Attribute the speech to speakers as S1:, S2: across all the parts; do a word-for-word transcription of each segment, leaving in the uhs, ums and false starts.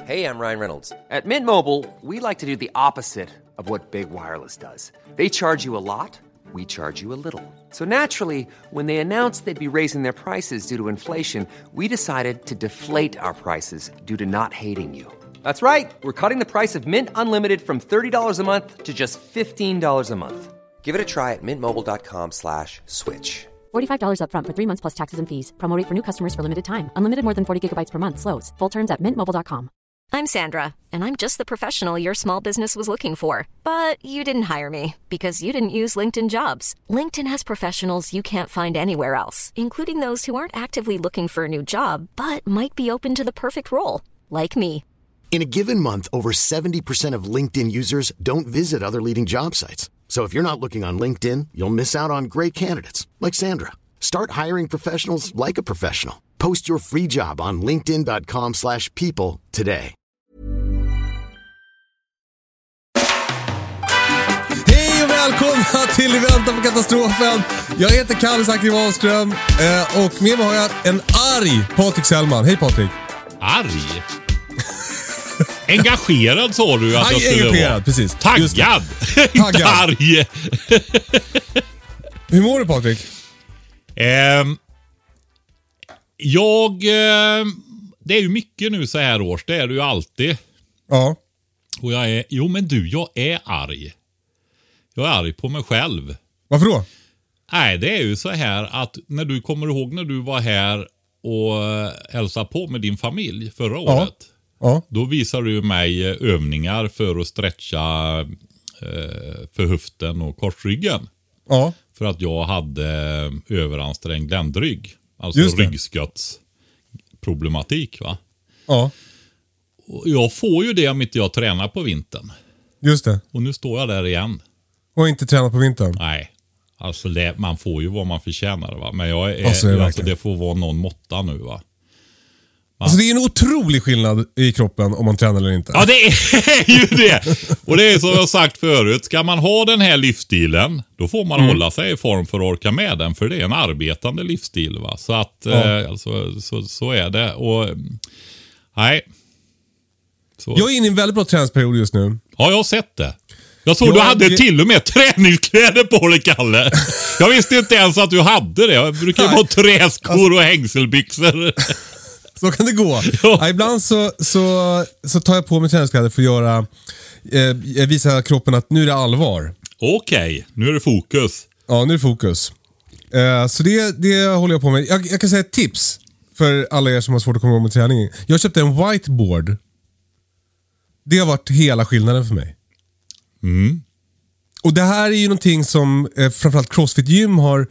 S1: Hey, I'm Ryan Reynolds. At Mint Mobile, we like to do the opposite of what Big Wireless does. They charge you a lot, we charge you a little. So naturally, when they announced they'd be raising their prices due to inflation, we decided to deflate our prices due to not hating you. That's right. We're cutting the price of Mint Unlimited from thirty dollars a month to just fifteen dollars a month. Give it a try at mintmobile.com slash switch.
S2: forty-five dollars up front for three months plus taxes and fees. Promo rate for new customers for limited time. Unlimited more than forty gigabytes per month. Slows full terms at mint mobile dot com.
S3: I'm Sandra, and I'm just the professional your small business was looking for. But you didn't hire me because you didn't use LinkedIn Jobs. LinkedIn has professionals you can't find anywhere else, including those who aren't actively looking for a new job, but might be open to the perfect role, like me.
S4: In a given month, over seventy percent of LinkedIn users don't visit other leading job sites. So if you're not looking on LinkedIn, you'll miss out on great candidates like Sandra. Start hiring professionals like a professional. Post your free job on linkedin.com slash people today.
S5: Hej och välkomna till I väntan på katastrofen. Jag heter Kalle Zackari Wahlström eh, och med mig har jag en arg Patrik Sellman. Hej Patrik.
S6: Arg? Engagerad sa du att jag skulle
S5: engagerad,
S6: vara.
S5: Precis.
S6: Taggad. Inte arg.
S5: Hur mår du Patrik?
S6: Eh, jag... Eh, det är ju mycket nu så här års. Det är det ju alltid.
S5: Ja.
S6: Och jag är... Jo men du, jag är arg. Jag är arg på mig själv.
S5: Varför då?
S6: Nej, det är ju så här att när du kommer ihåg när du var här och hälsade på med din familj förra
S5: Ja.
S6: året.
S5: Ja.
S6: Då visar du mig övningar för att stretcha eh, för höften och korsryggen.
S5: Ja.
S6: För att jag hade överansträngd ländrygg. Alltså ryggskottsproblematik va.
S5: Ja.
S6: Och jag får ju det om inte jag tränar på vintern.
S5: Just det.
S6: Och nu står jag där igen.
S5: Och inte tränat på vintern.
S6: Nej. Alltså det, man får ju vad man förtjänar va. Men jag är,
S5: Alltså, det är
S6: alltså
S5: verkligen.
S6: det får vara någon måtta nu va.
S5: Alltså det är en otrolig skillnad i kroppen om man tränar eller inte.
S6: Ja, det är ju det. Och det är som jag sagt förut. Ska man ha den här livsstilen, då får man mm. hålla sig i form för att orka med den. För det är en arbetande livsstil va. Så att,
S5: ja.
S6: eh, alltså, så, så är det. Och nej. Så.
S5: Jag är inne i en väldigt bra träningsperiod just nu.
S6: Ja, jag har sett det. Jag såg
S5: jag...
S6: du hade till och med träningskläder på dig, Kalle. Jag visste inte ens att du hade det. Jag brukar ha träskor alltså... och hängselbyxor.
S5: Så kan det gå.
S6: Ja.
S5: Ja, ibland så, så, så tar jag på mig träningskläder för att göra, eh, visa kroppen att nu är det allvar.
S6: Okej, okay, nu är det fokus.
S5: Ja, nu är det fokus. Eh, så det, det håller jag på med. Jag, jag kan säga ett tips för alla er som har svårt att komma igång med träning. Jag köpte en whiteboard. Det har varit hela skillnaden för mig.
S6: Mm.
S5: Och det här är ju någonting som eh, framförallt CrossFit Gym har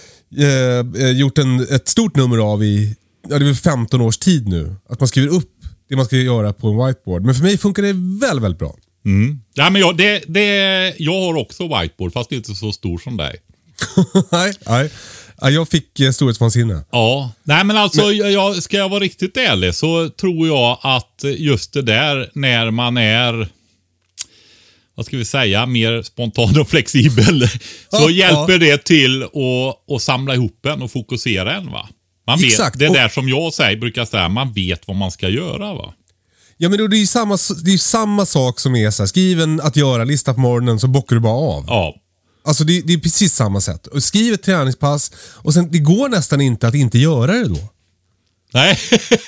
S5: eh, gjort en, ett stort nummer av i ja, det är väl femton års tid nu. Att man skriver upp det man ska göra på en whiteboard. Men för mig funkar det väldigt, väldigt bra.
S6: Mm. Ja, men jag, det, det, jag har också whiteboard, fast inte så stor som dig.
S5: nej, nej. Jag fick eh, storhetsvansinne.
S6: Ja, nej men alltså, men... Jag, ska jag vara riktigt ärlig så tror jag att just det där när man är... vad ska vi säga, mer spontan och flexibel så ja, hjälper ja. det till att, att samla ihop en och fokusera en va. Man vet, exakt. Det är där som jag säger, brukar säga, man vet vad man ska göra va.
S5: Ja men då, det är ju samma, det är ju samma sak som är så här, skriv en att göra-lista på morgonen så bockar du bara av.
S6: Ja.
S5: Alltså det, det är precis samma sätt. Och skriv ett träningspass och sen, det går nästan inte att inte göra det då.
S6: Nej.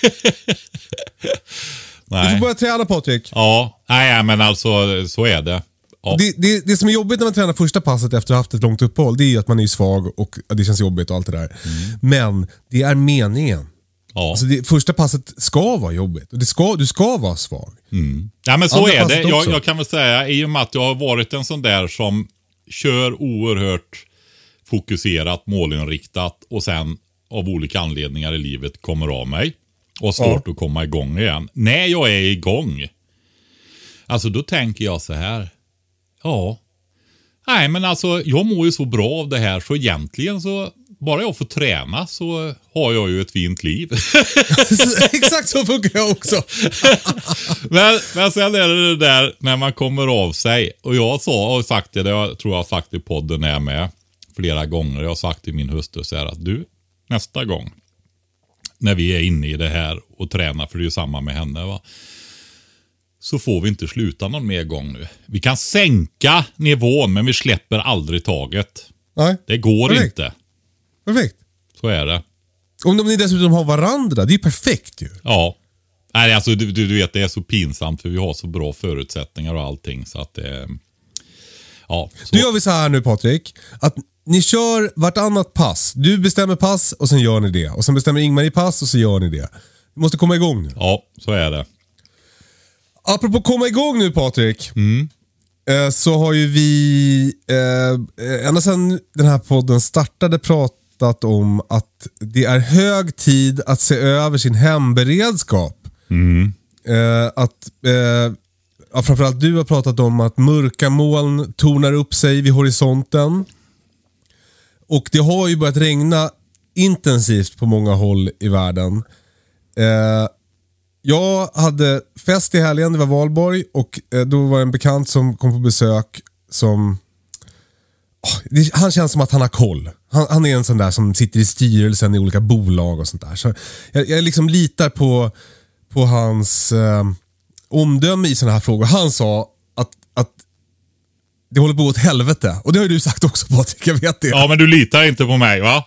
S6: Nej.
S5: Du får börja träna Patrik.
S6: Ja, nej men alltså så är det. Ja.
S5: Det, det, det som är jobbigt när man tränar första passet efter att ha haft ett långt uppehåll, det är ju att man är svag och det känns jobbigt och allt det där. Mm. Men det är meningen. Ja. Alltså det, första passet ska vara jobbigt och det ska, du ska vara svag.
S6: Mm. Ja men så andra är det. Jag, jag kan väl säga, i och med att jag har varit en sån där som kör oerhört fokuserat, målinriktat och sen av olika anledningar i livet kommer av mig och svårt ja. att komma igång igen. När jag är igång, alltså då tänker jag så här. Ja. Nej men alltså jag mår ju så bra av det här så egentligen så bara jag får träna så har jag ju ett fint liv.
S5: Exakt så funkar jag också.
S6: men, men sen är det det där när man kommer av sig. Och jag sa och sagt det, jag tror jag har sagt i podden är med flera gånger. Jag har sagt till min hustru så här att du, nästa gång när vi är inne i det här och tränar, för det är ju samma med henne va. så får vi inte sluta någon mer gång nu. Vi kan sänka nivån, men vi släpper aldrig taget.
S5: Nej.
S6: Det går
S5: Perfekt.
S6: inte.
S5: Perfekt.
S6: Så är det.
S5: Om ni dessutom har varandra, det är ju perfekt ju.
S6: Ja. Nej, alltså du, du vet, det är så pinsamt för vi har så bra förutsättningar och allting så att det... Ja. Så.
S5: Då gör vi så här nu, Patrik, att ni kör vartannat pass. Du bestämmer pass och sen gör ni det. Och sen bestämmer Ingmar pass och så gör ni det. Vi måste komma igång nu.
S6: Ja, så är det.
S5: Apropå komma igång nu, Patrik.
S6: Mm.
S5: Eh, så har ju vi eh, ända sedan den här podden startade pratat om att det är hög tid att se över sin hemberedskap.
S6: Mm.
S5: Eh, att eh, ja, framförallt du har pratat om att mörka moln tornar upp sig vid horisonten. Och det har ju börjat regna intensivt på många håll i världen. Eh, jag hade fest i helgen, det var valborg. Och eh, då var det en bekant som kom på besök som... Oh, det, han känns som att han har koll. Han, han är en sån där som sitter i styrelsen i olika bolag och sånt där. Så jag, jag liksom litar på, på hans eh, omdöme i såna här frågor. Han sa att, att det håller på åt helvete. Och det har ju du sagt också, Patrik, jag vet det.
S6: Ja, men du litar inte på mig, va?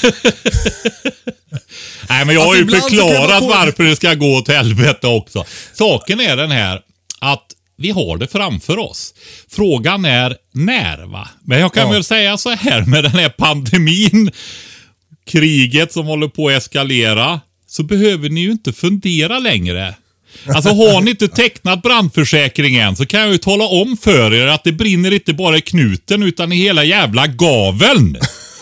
S6: Nej, men jag har
S5: alltså,
S6: ju förklarat
S5: få...
S6: varför det ska gå åt helvete också. Saken är den här att vi har det framför oss. Frågan är när, va? Men jag kan ja. väl säga så här med den här pandemin, kriget som håller på att eskalera, så behöver ni ju inte fundera längre. Alltså har ni inte tecknat brandförsäkringen så kan jag ju tala om för er att det brinner inte bara i knuten utan i hela jävla gaveln.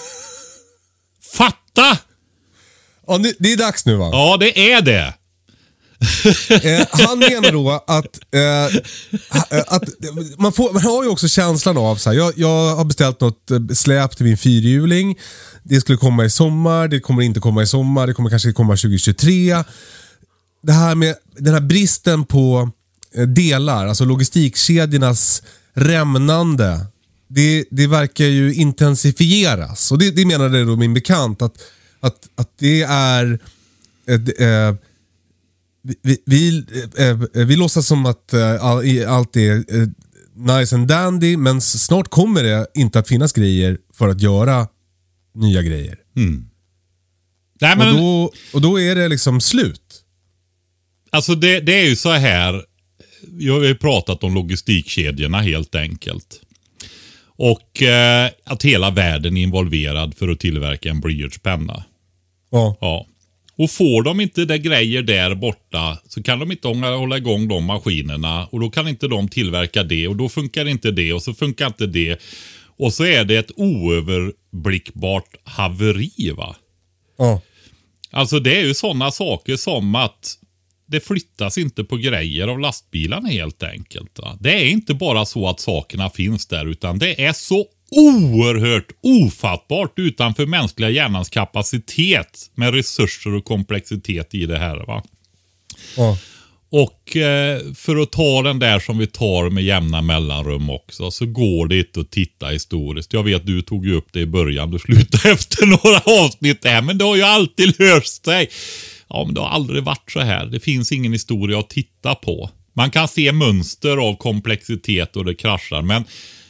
S6: Fatta!
S5: Ja, det är dags nu, va?
S6: Ja, det är det.
S5: eh, han menar då att, eh, att man, får, man har ju också känslan av så här, jag, jag har beställt något släp till min fyrhjuling. Det skulle komma i sommar, det kommer inte komma i sommar, det kommer kanske komma tjugo tjugotre. Det här med den här bristen på delar, alltså logistikkedjornas rämnande, det, det verkar ju intensifieras. Och det, det menade då min bekant att, att, att det är äh, äh, vi, vi, äh, vi låtsas som att äh, all, allt är äh, nice and dandy, men snart kommer det inte att finnas grejer för att göra nya grejer.
S6: Mm. Nej, men...
S5: och, då, och då är det liksom slut.
S6: Alltså det, det är ju så här, jag har ju pratat om logistikkedjorna helt enkelt. Och eh, att hela världen är involverad för att tillverka en blyertspenna.
S5: Ja.
S6: Ja. Och får de inte det grejer där borta så kan de inte hålla igång de maskinerna. Och då kan inte de tillverka det och då funkar inte det och så funkar inte det. Och så är det ett oöverblickbart haveri, va?
S5: Ja.
S6: Alltså det är ju sådana saker som att det flyttas inte på grejer av lastbilarna helt enkelt. Va? Det är inte bara så att sakerna finns där utan det är så oerhört ofattbart utanför mänskliga hjärnans kapacitet med resurser och komplexitet i det här, va?
S5: Ja.
S6: Och eh, för att ta den där som vi tar med jämna mellanrum också så går det inte att titta historiskt. Jag vet du tog ju upp det i början, du slutade efter några avsnitt där, men det har ju alltid löst sig. Ja, men det har aldrig varit så här. Det finns ingen historia att titta på. Man kan se mönster av komplexitet och det kraschar. Men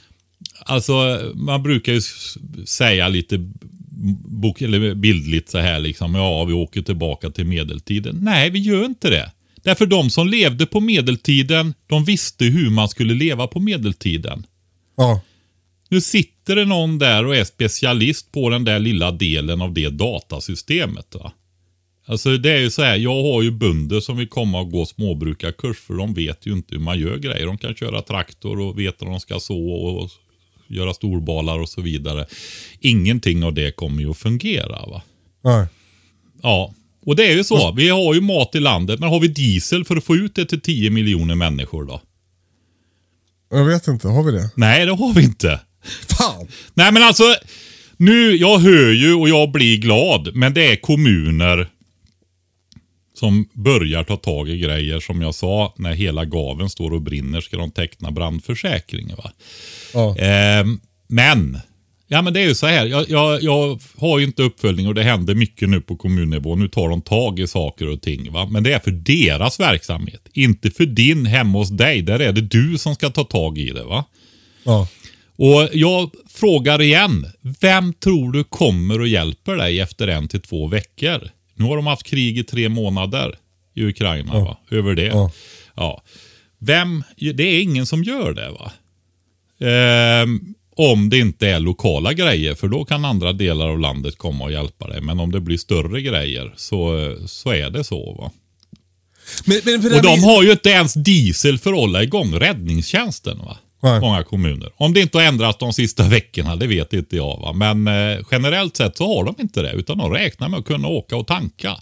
S6: alltså, man brukar ju säga lite bok, eller bildligt så här liksom. Ja, vi åker tillbaka till medeltiden. Nej, vi gör inte det. Därför de som levde på medeltiden, de visste hur man skulle leva på medeltiden.
S5: Ja.
S6: Nu sitter det någon där och är specialist på den där lilla delen av det datasystemet, va? Alltså det är ju så här, jag har ju bönder som vill komma och gå småbrukarkurs för de vet ju inte hur man gör grejer. De kan köra traktor och vet att de ska så och göra storbalar och så vidare. Ingenting av det kommer ju att fungera, va?
S5: Nej.
S6: Ja, och det är ju så. Vi har ju mat i landet, men har vi diesel för att få ut det till tio miljoner människor då?
S5: Jag vet inte, har vi det?
S6: Nej, det har vi inte.
S5: Fan!
S6: Nej, men alltså, nu, jag hör ju och jag blir glad, men det är kommuner som börjar ta tag i grejer. Som jag sa, när hela gaven står och brinner ska de teckna brandförsäkringen, va?
S5: Ja.
S6: Eh, men Ja, men det är ju så här. Jag, jag, jag har ju inte uppföljning och det händer mycket nu på kommunnivå. Nu tar de tag i saker och ting, va? Men det är för deras verksamhet. Inte för din hemma hos dig. Där är det du som ska ta tag i det, va?
S5: Ja.
S6: Och jag frågar igen. Vem tror du kommer och hjälper dig efter en till två veckor? Nu har de haft krig i tre månader i Ukraina, ja. Va? Över det.
S5: Ja.
S6: Ja. Vem? Det är ingen som gör det, va? Ehm... Om det inte är lokala grejer, för då kan andra delar av landet komma och hjälpa dig. Men om det blir större grejer så, så är det så, va? Men, men för och de blir... har ju inte ens diesel för att hålla igång räddningstjänsten, va? Nej. Många kommuner. Om det inte har ändrats de sista veckorna, det vet inte jag, va? Men eh, generellt sett så har de inte det, utan de räknar med att kunna åka och tanka.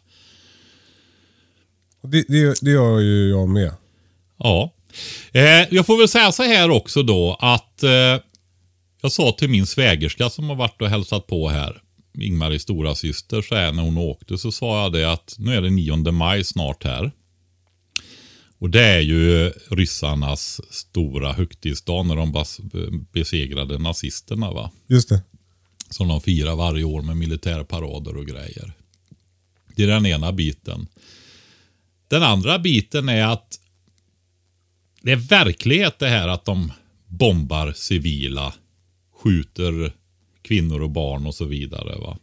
S5: Det, det, det gör ju jag med.
S6: Ja. Eh, jag får väl säga så här också då, att... Eh, Jag sa till min svägerska som har varit och hälsat på här, Ingmar i stora syster, så här när hon åkte, så sa jag det att nu är det nionde maj snart här. Och det är ju ryssarnas stora högtidsdag när de besegrade nazisterna, va?
S5: Just det.
S6: Som de firar varje år med militärparader och grejer. Det är den ena biten. Den andra biten är att det är verklighet det här att de bombar civila, skjuter kvinnor och barn och så vidare, va?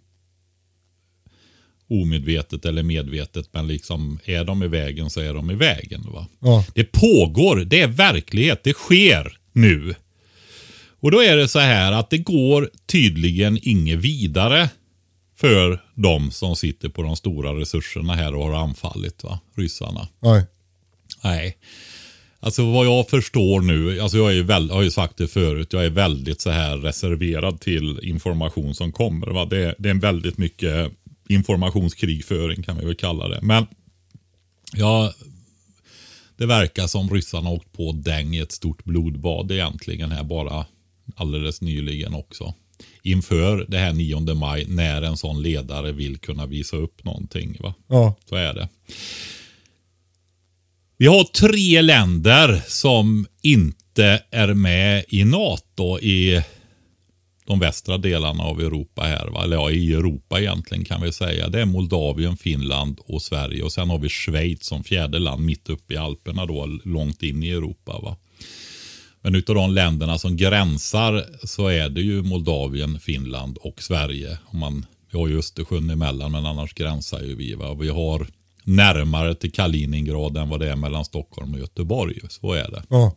S6: Omedvetet eller medvetet, men liksom är de i vägen så är de i vägen, va? Ja. Det pågår, det är verklighet, det sker nu. Och då är det så här att det går tydligen inget vidare för de som sitter på de stora resurserna här och har anfallit, va? Ryssarna.
S5: Nej.
S6: Nej. Alltså vad jag förstår nu, alltså jag är väl, har ju sagt det förut, jag är väldigt så här reserverad till information som kommer, va? Det, det är en väldigt mycket informationskrigföring kan vi väl kalla det. Men ja, det verkar som ryssarna åkt på däng i ett stort blodbad egentligen här bara alldeles nyligen också. Inför det här nionde maj när en sån ledare vill kunna visa upp någonting, va?
S5: Ja.
S6: Så är det. Vi har tre länder som inte är med i NATO i de västra delarna av Europa här, va? Eller ja, i Europa egentligen kan vi säga. Det är Moldavien, Finland och Sverige. Och sen har vi Schweiz som fjärde land mitt uppe i Alperna då, långt in i Europa, va? Men utav de länderna som gränsar så är det ju Moldavien, Finland och Sverige. Om man, vi har ju Östersjön emellan, men annars gränsar ju vi, va? Vi har närmare till Kaliningrad än vad det är mellan Stockholm och Göteborg. Så är det.
S5: Ja.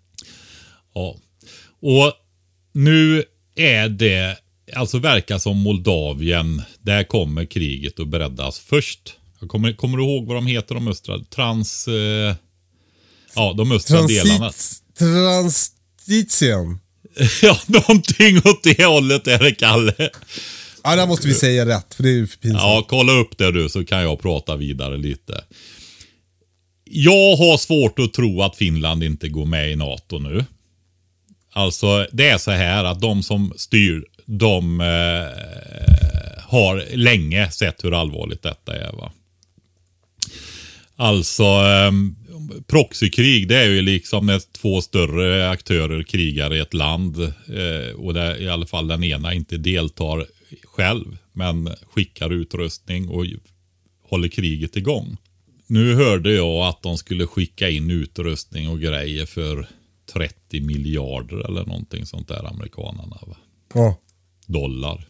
S6: Ja. Och nu är det, alltså verkar som Moldavien, där kommer kriget att breddas först. Jag kommer, kommer du ihåg vad de heter, de östra? Trans... Eh, ja, de östra Transit, delarna.
S5: Transitien.
S6: Ja, någonting åt det hållet är det, Kalle.
S5: Ja, där måste vi säga rätt, för det är ju för pinsamt.
S6: Ja, kolla upp det du så kan jag prata vidare lite. Jag har svårt att tro att Finland inte går med i NATO nu. Alltså, det är så här att de som styr, de eh, har länge sett hur allvarligt detta är, va? Alltså, eh, proxykrig, det är ju liksom när två större aktörer krigar i ett land eh, och där i alla fall den ena inte deltar själv men skickar utrustning och håller kriget igång. Nu hörde jag att de skulle skicka in utrustning och grejer för trettio miljarder eller någonting sånt där, amerikanerna, va?
S5: Ja.
S6: Dollar.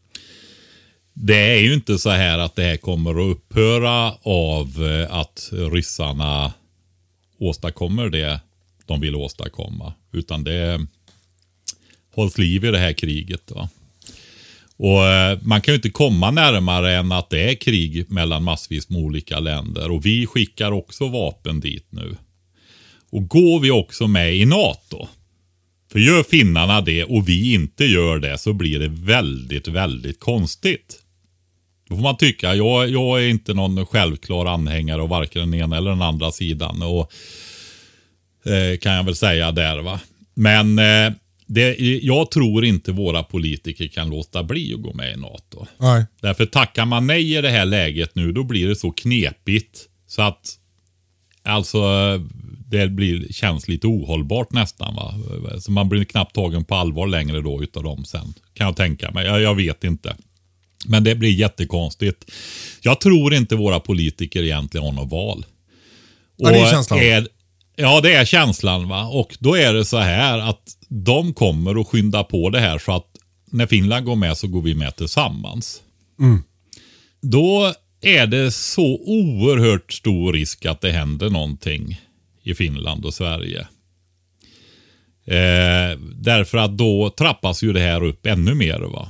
S6: Det är ju inte så här att det här kommer att upphöra av att ryssarna åstadkommer det de vill åstadkomma, utan det hålls liv i det här kriget, va? Och man kan ju inte komma närmare än att det är krig mellan massvis med olika länder, och vi skickar också vapen dit nu. Och går vi också med i NATO, för gör finnarna det och vi inte gör det, så blir det väldigt, väldigt konstigt. Då får man tycka, jag, jag är inte någon självklar anhängare av varken den ena eller den andra sidan, och eh, kan jag väl säga där, va. Men eh, det, jag tror inte våra politiker kan låta bli att gå med i NATO.
S5: Nej.
S6: Därför tackar man nej i det här läget nu, då blir det så knepigt så att alltså det blir, känns lite ohållbart nästan, va. Så man blir knappt tagen på allvar längre då utav dem sen. Kan jag tänka mig. Jag, jag vet inte. Men det blir jättekonstigt. Jag tror inte våra politiker egentligen har något val.
S5: Ja, det är känslan.
S6: Är, ja, det är känslan, va. Och då är det så här att de kommer att skynda på det här så att när Finland går med så går vi med tillsammans.
S5: Mm.
S6: Då är det så oerhört stor risk att det händer någonting i Finland och Sverige. Eh, därför att då trappas ju det här upp ännu mer, va.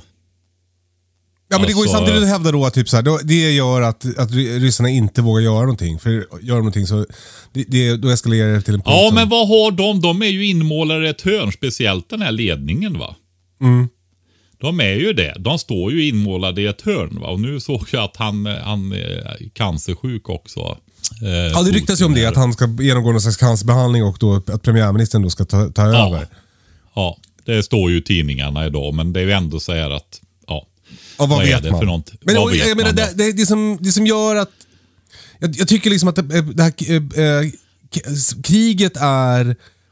S5: Ja, men det går ju
S6: Alltså-
S5: samtidigt att hävda då att typ så här, då, det gör att, att ryssarna inte vågar göra någonting. För gör de någonting så det, det, då eskalerar det till en punkt.
S6: Ja,
S5: som-
S6: men vad har de? De är ju inmålare i ett hörn, speciellt den här ledningen, va.
S5: Mm.
S6: De är ju det. De står ju inmålade i ett hörn, va. Och nu såg jag att han, han är cancersjuk också. Eh,
S5: Ja, det ryktas ju om det, att han ska genomgå någon slags cancerbehandling och då att premiärministern då ska ta, ta
S6: Ja.
S5: över.
S6: Ja, det står ju i tidningarna idag, men det är ju ändå så här att, ja.
S5: Och vad,
S6: Vad är
S5: vet
S6: det
S5: man?
S6: för något?
S5: Men
S6: Vad
S5: och,
S6: vet
S5: jag menar,
S6: man då?
S5: det, det, det, som, det som gör att... Jag, jag tycker liksom att det, det här äh, kriget är...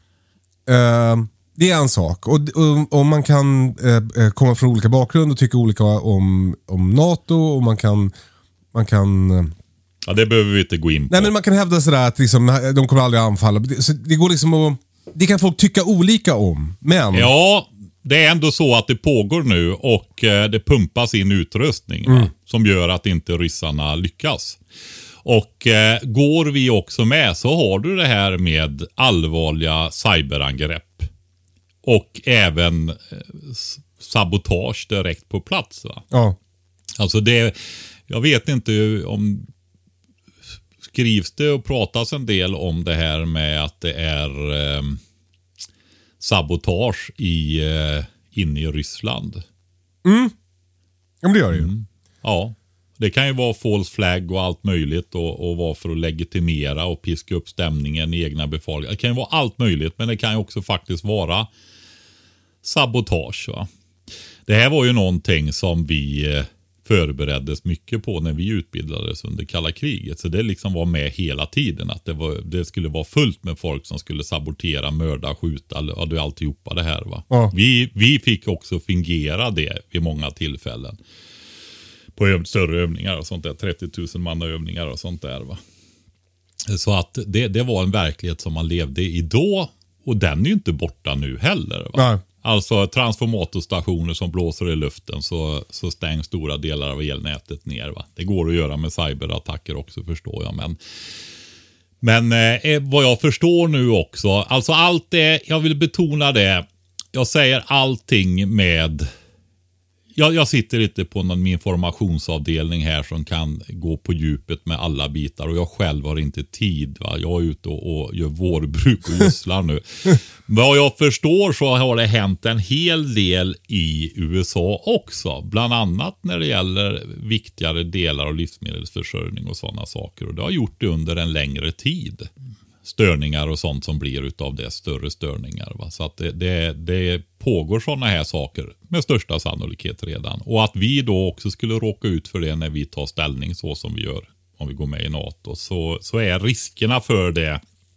S5: Äh, det är en sak. Och, och, och man kan äh, komma från olika bakgrund och tycka olika om, om NATO. Och man kan... Man kan
S6: Ja, det behöver vi inte gå in på.
S5: nej, men man kan hävda sådär att liksom, de kommer aldrig anfalla. Det, så det går liksom att... Det kan folk tycka olika om. Men...
S6: Ja, det är ändå så att det pågår nu och eh, det pumpas in utrustning, va,
S5: Mm.
S6: som gör att inte ryssarna lyckas. Och eh, går vi också med så har du det här med allvarliga cyberangrepp. Och även eh, s- sabotage direkt på plats, va.
S5: Ja.
S6: Alltså det, jag vet inte om skrivs det och pratas en del om det här med att det är eh, sabotage i, eh, inne i Ryssland.
S5: Ja, men det gör det ju.
S6: Ja, det kan ju vara false flag och allt möjligt och, och vara för att legitimera och piska upp stämningen i egna befolkningar. Det kan ju vara allt möjligt, men det kan ju också faktiskt vara sabotage, va? Det här var ju någonting som vi eh, förbereddes mycket på när vi utbildades under kalla kriget. Så det liksom var med hela tiden att det, var, det skulle vara fullt med folk som skulle sabotera, mörda, skjuta, ja, det är alltihopa det här, va.
S5: Ja.
S6: Vi, vi fick också fungera det vid många tillfällen. På öv- större övningar och sånt där, trettio tusen mannaövningar och sånt där, va. Så att det, det var en verklighet som man levde i då, och den är ju inte borta nu heller, va.
S5: Nej.
S6: Alltså transformatorstationer som blåser i luften så, så stängs stora delar av elnätet ner, va. Det går att göra med cyberattacker också, förstår jag, men men eh, vad jag förstår nu också, alltså allt det, jag vill betona det, jag säger allting med Jag, jag sitter inte på någon informationsavdelning här som kan gå på djupet med alla bitar, och jag själv har inte tid, va? Jag är ute och, och gör vårbruk och gödslar nu. Vad jag förstår så har det hänt en hel del i U S A också, bland annat när det gäller viktigare delar av livsmedelsförsörjning och sådana saker, och det har gjort det under en längre tid. Störningar och sånt som blir utav det, större störningar, va? Så att det, det, det pågår sådana här saker med största sannolikhet redan. Och att vi då också skulle råka ut för det när vi tar ställning så som vi gör om vi går med i NATO, så, så är riskerna för det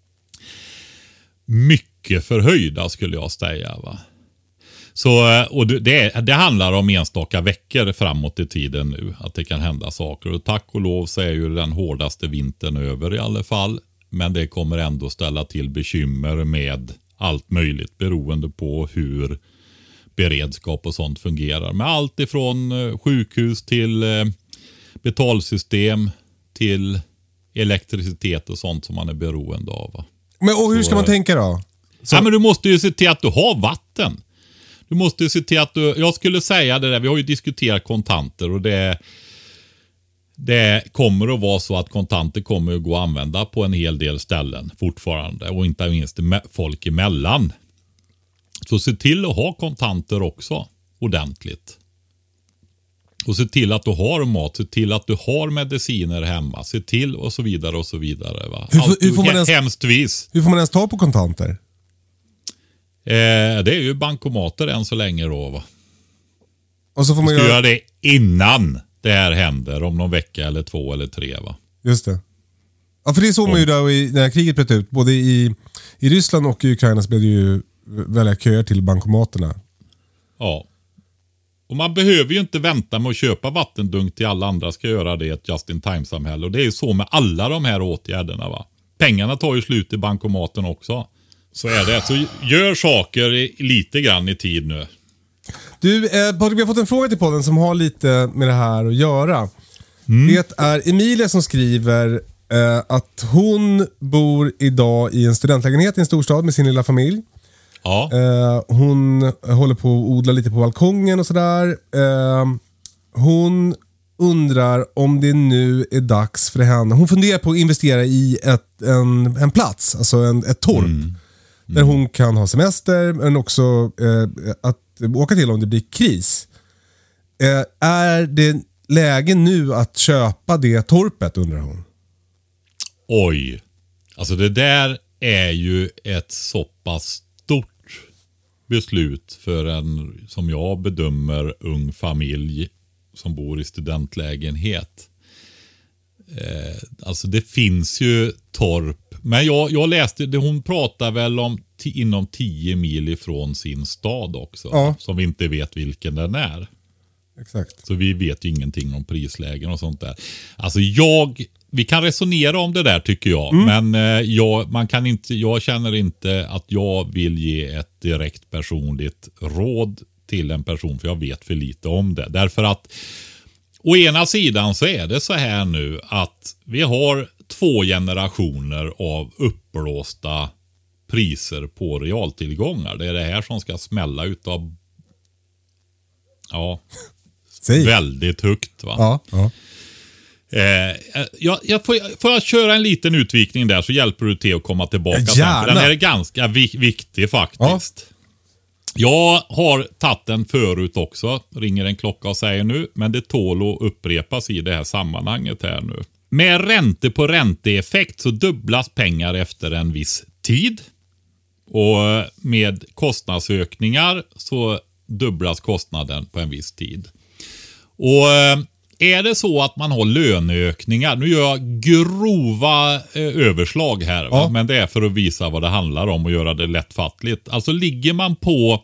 S6: mycket förhöjda, skulle jag säga, va. Så, och det, det handlar om enstaka veckor framåt i tiden nu att det kan hända saker, och tack och lov så är ju den hårdaste vintern över i alla fall. Men det kommer ändå ställa till bekymmer med allt möjligt beroende på hur beredskap och sånt fungerar. Med allt ifrån sjukhus till betalsystem till elektricitet och sånt som man är beroende av, va?
S5: Men och hur
S6: Så,
S5: ska man tänka då?
S6: Ja, men du måste ju se till att du har vatten. Du måste ju se till att du, jag skulle säga det där, vi har ju diskuterat kontanter, och det Det kommer att vara så att kontanter kommer att gå att använda på en hel del ställen fortfarande, och inte minst folk emellan. Så se till att ha kontanter också ordentligt. Och se till att du har mat, se till att du har mediciner hemma, se till och så vidare och så vidare, va?
S5: Hur,
S6: Allt
S5: hur, får man
S6: he-
S5: ens,
S6: hemstvis.
S5: hur får man ens ta på kontanter?
S6: Eh, det är ju bankomater än så länge då, va?
S5: Och så får
S6: Du
S5: man
S6: ska
S5: göra...
S6: göra det innan det här händer, om någon vecka eller två eller tre, va?
S5: Just det. Ja, för det såg man ju då i, när kriget bröt ut. Både i, i Ryssland och i Ukraina så blev det ju väldigt köer till bankomaterna.
S6: Ja. Och man behöver ju inte vänta med att köpa vattendunk till alla andra ska göra det i ett just-in-time-samhälle. Och det är ju så med alla de här åtgärderna, va. Pengarna tar ju slut i bankomaten också. Så är det. Så gör saker i, lite grann i tid nu.
S5: Du, eh, Patrik, vi har fått en fråga till podden som har lite med det här att göra. Mm. Det är Emilia som skriver eh, att hon bor idag i en studentlägenhet i en storstad med sin lilla familj.
S6: Ja.
S5: Eh, hon håller på att odla lite på balkongen och sådär. Eh, hon undrar om det nu är dags för henne. Hon funderar på att investera i ett, en, en plats, alltså en, ett torp. Mm. Mm. Där hon kan ha semester men också eh, att åka till om det blir kris. Eh, är det läge nu att köpa det torpet, undrar hon?
S6: Oj. Alltså det där är ju ett så pass stort beslut för en, som jag bedömer, ung familj som bor i studentlägenhet. Eh, alltså det finns ju torp. Men jag, jag läste, det, hon pratar väl om t- inom tio mil ifrån sin stad också.
S5: Ja.
S6: Som vi inte vet vilken den är.
S5: Exakt.
S6: Så vi vet ju ingenting om prislägen och sånt där. Alltså jag, vi kan resonera om det där tycker jag. Mm. Men eh, jag, man kan inte, jag känner inte att jag vill ge ett direkt personligt råd till en person. För jag vet för lite om det. Därför att å ena sidan så är det så här nu att vi har två generationer av uppblåsta priser på realtillgångar. Det är det här som ska smälla utav ja, väldigt högt, va?
S5: Ja, ja.
S6: Eh, jag, jag får, får jag köra en liten utvikning där så hjälper du till att komma tillbaka.
S5: Gärna.
S6: Sen, för den här är ganska vi, viktig faktiskt. Ja. Jag har tagit den förut också. Ringer en klocka och säger nu. Men det tål att upprepas i det här sammanhanget här nu. Med ränte på ränteeffekt så dubblas pengar efter en viss tid. Och med kostnadsökningar så dubblas kostnaden på en viss tid. Och är det så att man har löneökningar, nu gör jag grova eh, överslag här, ja. Men det är för att visa vad det handlar om och göra det lättfattligt. Alltså ligger man på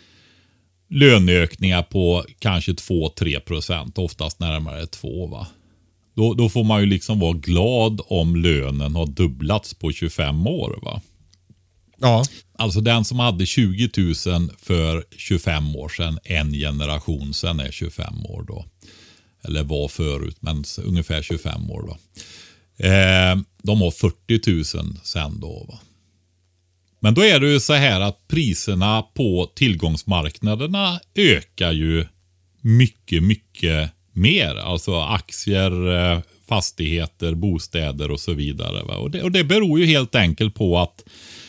S6: löneökningar på kanske två till tre procent, oftast närmare två, va? Då, då får man ju liksom vara glad om lönen har dubblats på tjugofem år, va?
S5: Ja.
S6: Alltså den som hade tjugo tusen för tjugofem år sedan, en generation sedan är tjugofem år då. Eller var förut, men ungefär tjugofem år då. Eh, de har fyrtio tusen sen då, va. Men då är det ju så här att priserna på tillgångsmarknaderna ökar ju mycket, mycket mer. Alltså aktier, fastigheter, bostäder och så vidare, va. Och det, och det beror ju helt enkelt på att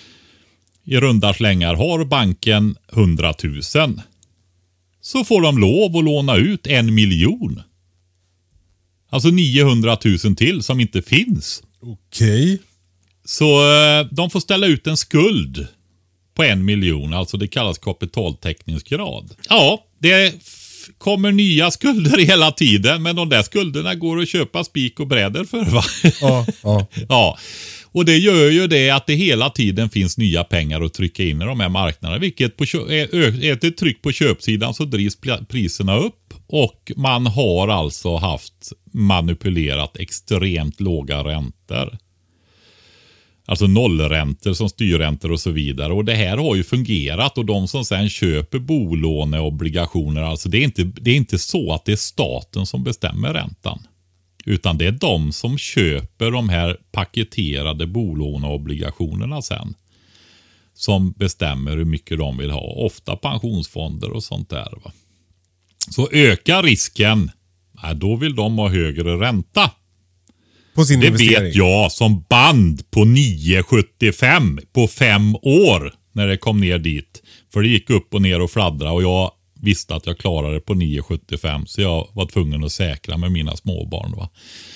S6: i runda slängar har banken hundratusen. Så får de lov att låna ut en miljon. Alltså niohundratusen till som inte finns.
S5: Okej. Okay.
S6: Så eh, de får ställa ut en skuld på en miljon. Alltså det kallas kapitaltäckningsgrad. Ja, det f- kommer nya skulder hela tiden. Men de där skulderna går att köpa spik och brädor för, va?
S5: Ja, ja.
S6: Ja. Och det gör ju det att det hela tiden finns nya pengar att trycka in i de här marknaderna. Vilket på kö- är, är ett tryck på köpsidan så drivs priserna upp. Och man har alltså haft manipulerat extremt låga räntor. Alltså nollräntor som styrräntor och så vidare. Och det här har ju fungerat. Och de som sen köper bolåneobligationer, alltså det är inte, det är inte så att det är staten som bestämmer räntan. Utan det är de som köper de här paketerade bolåneobligationerna sen. Som bestämmer hur mycket de vill ha. Ofta pensionsfonder och sånt där, va. Så ökar risken, nej, då vill de ha högre ränta.
S5: På sin
S6: det
S5: investering.
S6: Vet jag som band på nio komma sjuttiofem på fem år när det kom ner dit. För det gick upp och ner och fladdra och jag visste att jag klarade det på nio komma sjuttiofem. Så jag var tvungen att säkra med mina småbarn, va.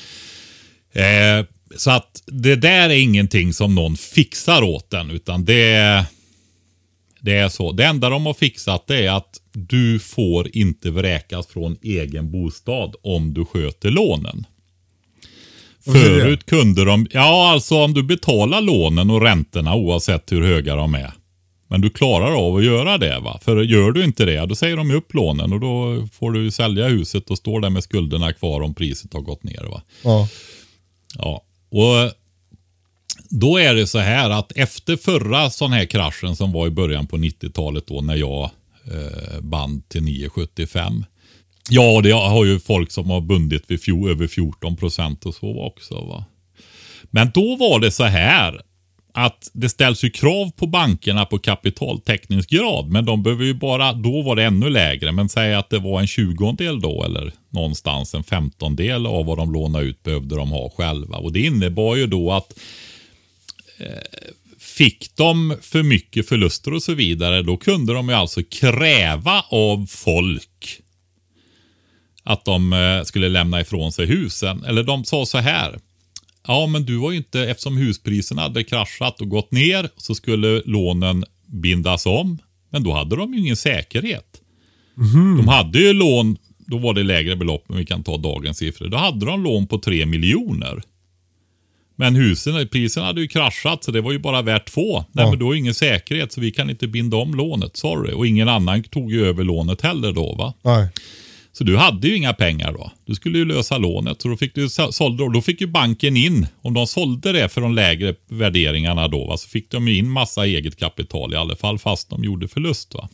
S6: Eh, så att det där är ingenting som någon fixar åt den, utan det, det är så. Det enda de har fixat det är att du får inte vräkas från egen bostad om du sköter lånen. Förut kunde de, ja alltså om du betalar lånen och räntorna oavsett hur höga de är. Men du klarar av att göra det va? För gör du inte det, då säger de upp lånen och då får du sälja huset och står där med skulderna kvar om priset har gått ner va?
S5: Ja.
S6: Ja, och då är det så här att efter förra sån här kraschen som var i början på nittiotalet då när jag eh, band till nio sjuttiofem. Ja, det har ju folk som har bundit vid fjol, över fjorton procent och så också va. Men då var det så här att det ställs ju krav på bankerna på kapitaltäckningsgrad, men de behöver ju bara, då var det ännu lägre, men säg att det var en tjugondel då eller någonstans en femtondel av vad de lånade ut behövde de ha själva. Och det innebar ju då att eh, fick de för mycket förluster och så vidare, då kunde de ju alltså kräva av folk att de eh, skulle lämna ifrån sig husen. Eller de sa så här: ja, men du var ju inte, eftersom huspriserna hade kraschat och gått ner så skulle lånen bindas om. Men då hade de ju ingen säkerhet. Mm. De hade ju lån, då var det lägre belopp, men vi kan ta dagens siffror. Då hade de lån på tre miljoner. Men husen, priserna hade ju kraschat så det var ju bara värt två. Ja. Nej, men då är ingen säkerhet så vi kan inte binda om lånet, sorry. Och ingen annan tog ju över lånet heller då va? Nej. Så du hade ju inga pengar då. Du skulle ju lösa lånet. Så då fick du sålde, då fick ju banken in. Om de sålde det för de lägre värderingarna då va, så fick de ju in massa eget kapital i alla fall fast de gjorde förlust va.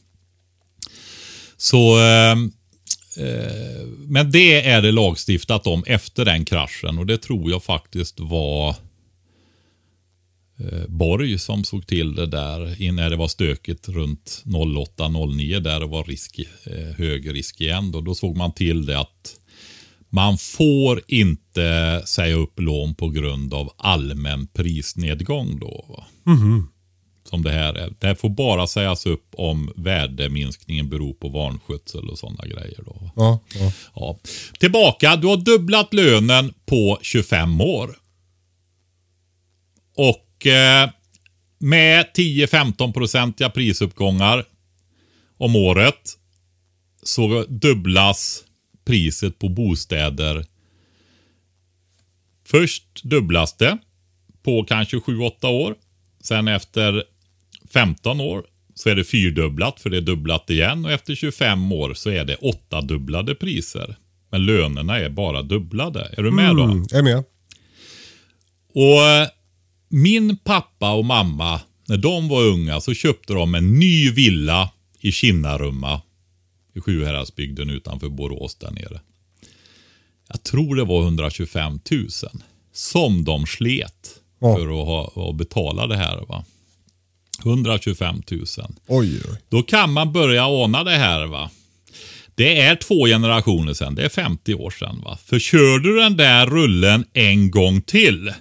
S6: Så eh, eh, men det är det lagstiftat om efter den kraschen. Och det tror jag faktiskt var eh, Borg som såg till det där när det var stökigt runt noll åtta noll nio där det var risk, eh, hög risk igen. Då, då såg man till det att man får inte säga upp lån på grund av allmän prisnedgång då va? Mm-hmm. Som det här är. Det här får bara sägas upp om värdeminskningen beror på vanskötsel och sådana grejer då.
S5: Ja, ja.
S6: Ja. Tillbaka, du har dubblat lönen på tjugofem år. Och eh, med tio till femton procentiga prisuppgångar om året så dubblas priset på bostäder. Först dubblas det på kanske sju åtta år. Sen efter femton år så är det fyrdubblat för det är dubblat igen. Och efter tjugofem år så är det åtta dubblade priser. Men lönerna är bara dubblade. Är du med då?
S5: Mm, jag är med.
S6: Och min pappa och mamma, när de var unga så köpte de en ny villa i Kinnarumma i Sjuhäradsbygden utanför Borås där nere. Jag tror det var hundratjugofem tusen som de slet ja. för att, ha, att betala det här va. hundratjugofem tusen.
S5: Oj, oj.
S6: Då kan man börja ana det här va. Det är två generationer sedan, det är femtio år sedan va. För kör du den där rullen en gång till,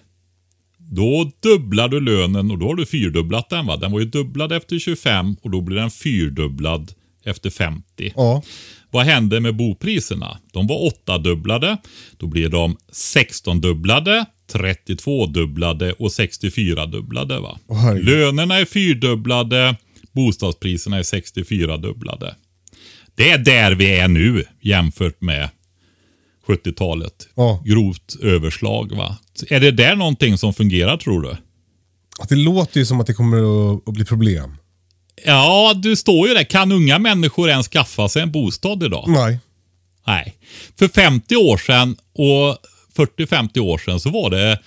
S6: då dubblar du lönen och då har du fyrdubblat den va. Den var ju dubblad efter tjugofem och då blir den fyrdubblad efter femtio.
S5: Ja.
S6: Vad hände med bopriserna? De var åttadubblade, då blir de sextondubblade, trettiotvådubblade och sextiofyradubblade va.
S5: Oh,
S6: lönerna är fyrdubblade, bostadspriserna är sextiofyradubblade. Det är där vi är nu jämfört med sjuttiotalet.
S5: Ja.
S6: Grovt överslag va. Är det där någonting som fungerar tror du?
S5: Att det låter ju som att det kommer att bli problem.
S6: Ja, du står ju där. Kan unga människor ens skaffa sig en bostad idag?
S5: Nej.
S6: Nej. För femtio år sedan och fyrtio till femtio år sedan så var det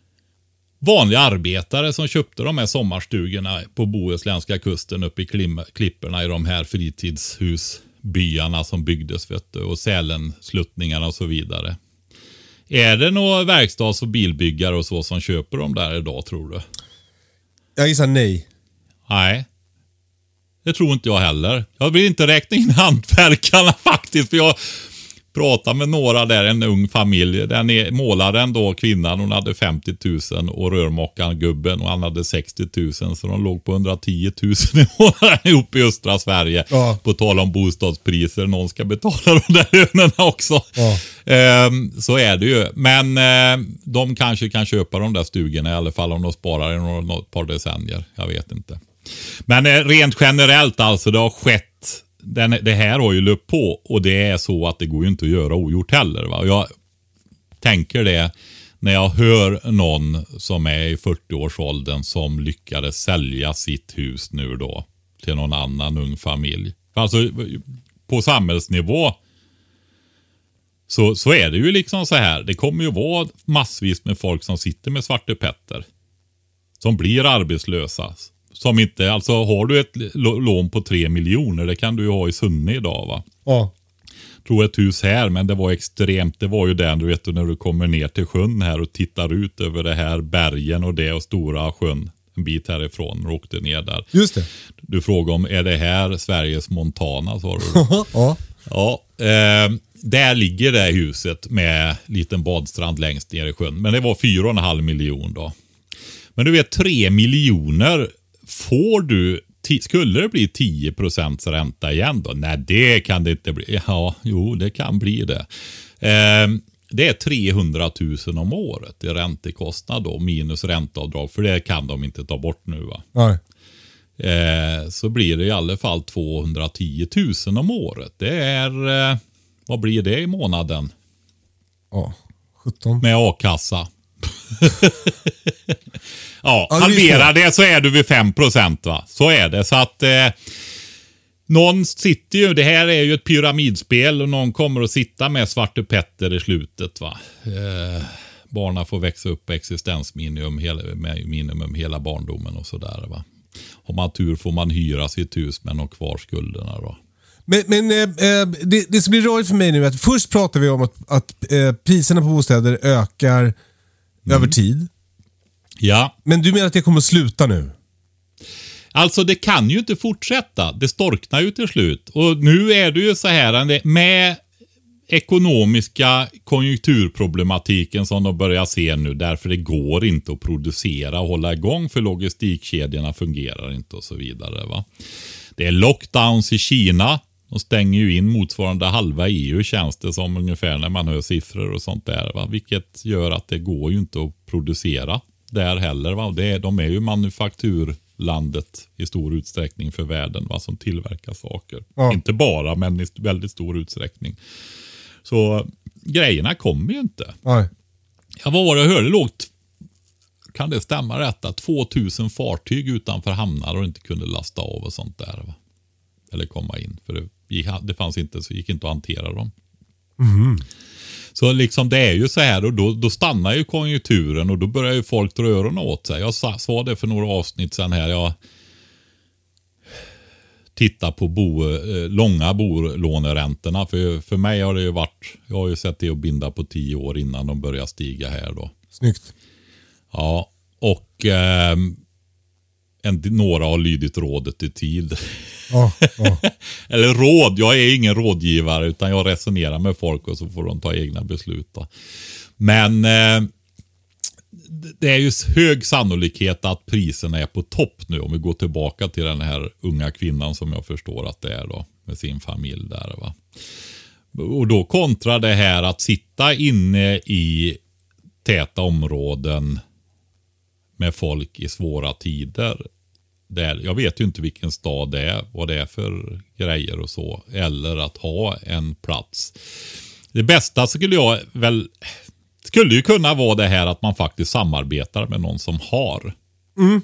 S6: vanliga arbetare som köpte de här sommarstugorna på bohuslänska kusten uppe i klipporna i de här fritidshusbyarna som byggdes vet du, och Sälensluttningarna och så vidare. Är det några verkstads- och bilbyggare och så som köper de där idag tror du?
S5: Jag gissar nej.
S6: Nej. Det tror inte jag heller. Jag vill inte räkna in hantverkarna faktiskt. För jag pratade med några där, en ung familj. Den är målaren då, kvinnan, hon hade femtio tusen och rörmokaren, gubben, och han hade sextio tusen. Så de låg på hundratio tusen i månaden ihop i östra Sverige. Ja. På tal om bostadspriser. Någon ska betala de där lönerna också. Ja. Ehm, så är det ju. Men eh, de kanske kan köpa de där stugorna i alla fall om de sparar i några, några par decennier. Jag vet inte. Men eh, rent generellt alltså, det har skett, den, det här har ju löpt på och det är så att det går ju inte att göra ogjort heller va. Och jag tänker det, när jag hör någon som är i fyrtio-årsåldern som lyckades sälja sitt hus nu då till någon annan ung familj. Alltså på samhällsnivå så, så är det ju liksom så här. Det kommer ju vara massvis med folk som sitter med Svarte Petter. Som blir arbetslösa. Som inte, alltså har du ett lån på tre miljoner, det kan du ju ha i Sunne idag va?
S5: Ja.
S6: Tror ett hus här, men det var extremt. Det var ju den, du vet, när du kommer ner till sjön här och tittar ut över det här bergen och det och stora sjön. En bit härifrån och åkte ner där.
S5: Just det.
S6: Du frågar om, är det här Sveriges Montana, sa du?
S5: Ja.
S6: Ja, eh, där ligger det huset med liten badstrand längst ner i sjön. Men det var fyra och en halv miljon då. Men du vet, tre miljoner får du, t- skulle det bli tio procent ränta igen då? Nej, det kan det inte bli. Ja, jo, det kan bli det. Eh, det är trehundratusen om året i räntekostnad då, minus ränteavdrag. För det kan de inte ta bort nu va?
S5: Nej.
S6: Eh, så blir det i alla fall tvåhundratiotusen om året. Det är, eh, vad blir det i månaden?
S5: Ja, sjutton.
S6: Med a-kassa. Ja,
S5: ja
S6: halvera det så är du vid fem procent va? Så är det. Så att eh, någon sitter ju, det här är ju ett pyramidspel och någon kommer att sitta med Svarte Petter i slutet va? Eh, barnen får växa upp på existensminimum hela, minimum hela barndomen och sådär va? Om man tur får man hyra sitt hus med någon kvar skulderna då.
S5: Men, men eh, det, det som blir rörigt för mig nu är att först pratar vi om att, att eh, priserna på bostäder ökar mm. över tid.
S6: Ja.
S5: Men du menar att det kommer att sluta nu?
S6: Alltså det kan ju inte fortsätta. Det storknar ju till slut. Och nu är det ju så här med ekonomiska konjunkturproblematiken som de börjar se nu. Därför det går inte att producera och hålla igång för logistikkedjorna fungerar inte och så vidare va. Det är lockdowns i Kina. De stänger ju in motsvarande halva E U känns det som ungefär när man hör siffror och sånt där va. Vilket gör att det går ju inte att producera där heller va. Det är, de är ju manufakturlandet i stor utsträckning för världen va, som tillverkar saker. Ja. Inte bara men i väldigt stor utsträckning. Så grejerna kommer ju inte.
S5: Nej.
S6: Jag var och hörde lågt, kan det stämma rätt, tvåtusen fartyg utanför hamnar och inte kunde lasta av och sånt där va. Eller komma in för det, det fanns inte så gick inte att hantera dem.
S5: Mm.
S6: Så liksom det är ju så här och då, då stannar ju konjunkturen och då börjar ju folk dra öronen åt sig. Jag sa, sa det för några avsnitt sedan här. Jag tittar på bo, eh, långa bolåneräntorna. För, för mig har det ju varit, jag har ju sett det att binda på tio år innan de börjar stiga här då.
S5: Snyggt.
S6: Ja, och eh, en, några har lydit rådet i tid.
S5: Ja, ja.
S6: Eller råd, jag är ingen rådgivare utan jag resonerar med folk och så får de ta egna beslut då. Men eh, det är ju hög sannolikhet att priserna är på topp nu om vi går tillbaka till den här unga kvinnan som jag förstår att det är då med sin familj där va. Och då kontra det här att sitta inne i täta områden med folk i svåra tider. Där, jag vet ju inte vilken stad det är, vad det är för grejer och så. Eller att ha en plats. Det bästa skulle jag väl skulle ju kunna vara det här att man faktiskt samarbetar med någon som har.
S5: Mm.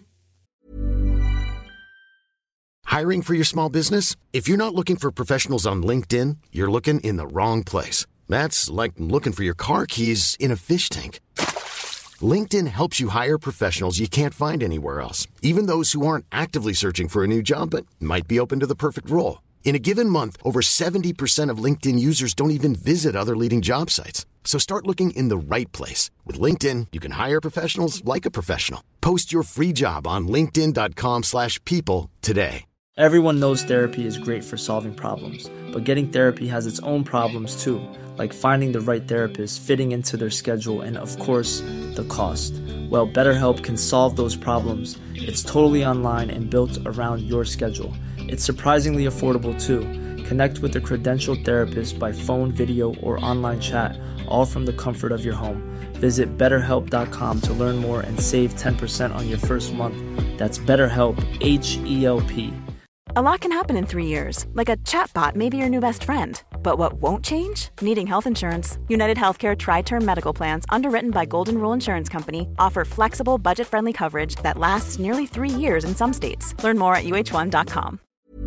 S4: Hiring for your small business? If you're not looking for professionals on LinkedIn, you're looking in the wrong place. That's like looking for your car keys in a fish tank. LinkedIn helps you hire professionals you can't find anywhere else, even those who aren't actively searching for a new job but might be open to the perfect role. In a given month, over seventy percent of LinkedIn users don't even visit other leading job sites. So start looking in the right place. With LinkedIn, you can hire professionals like a professional. Post your free job on linkedin dot com slash people today.
S7: Everyone knows therapy is great for solving problems, but getting therapy has its own problems too, like finding the right therapist, fitting into their schedule, and of course, the cost. Well, BetterHelp can solve those problems. It's totally online and built around your schedule. It's surprisingly affordable too. Connect with a credentialed therapist by phone, video, or online chat, all from the comfort of your home. Visit better help dot com to learn more and save ten percent on your first month. That's BetterHelp, H E L P.
S8: A lot can happen in three years, like a chatbot may be your new best friend. But what won't change? Needing health insurance. United Healthcare Tri-Term Medical Plans, underwritten by Golden Rule Insurance Company, offer flexible, budget-friendly coverage that lasts nearly three years in some states. Learn more at U H one dot com.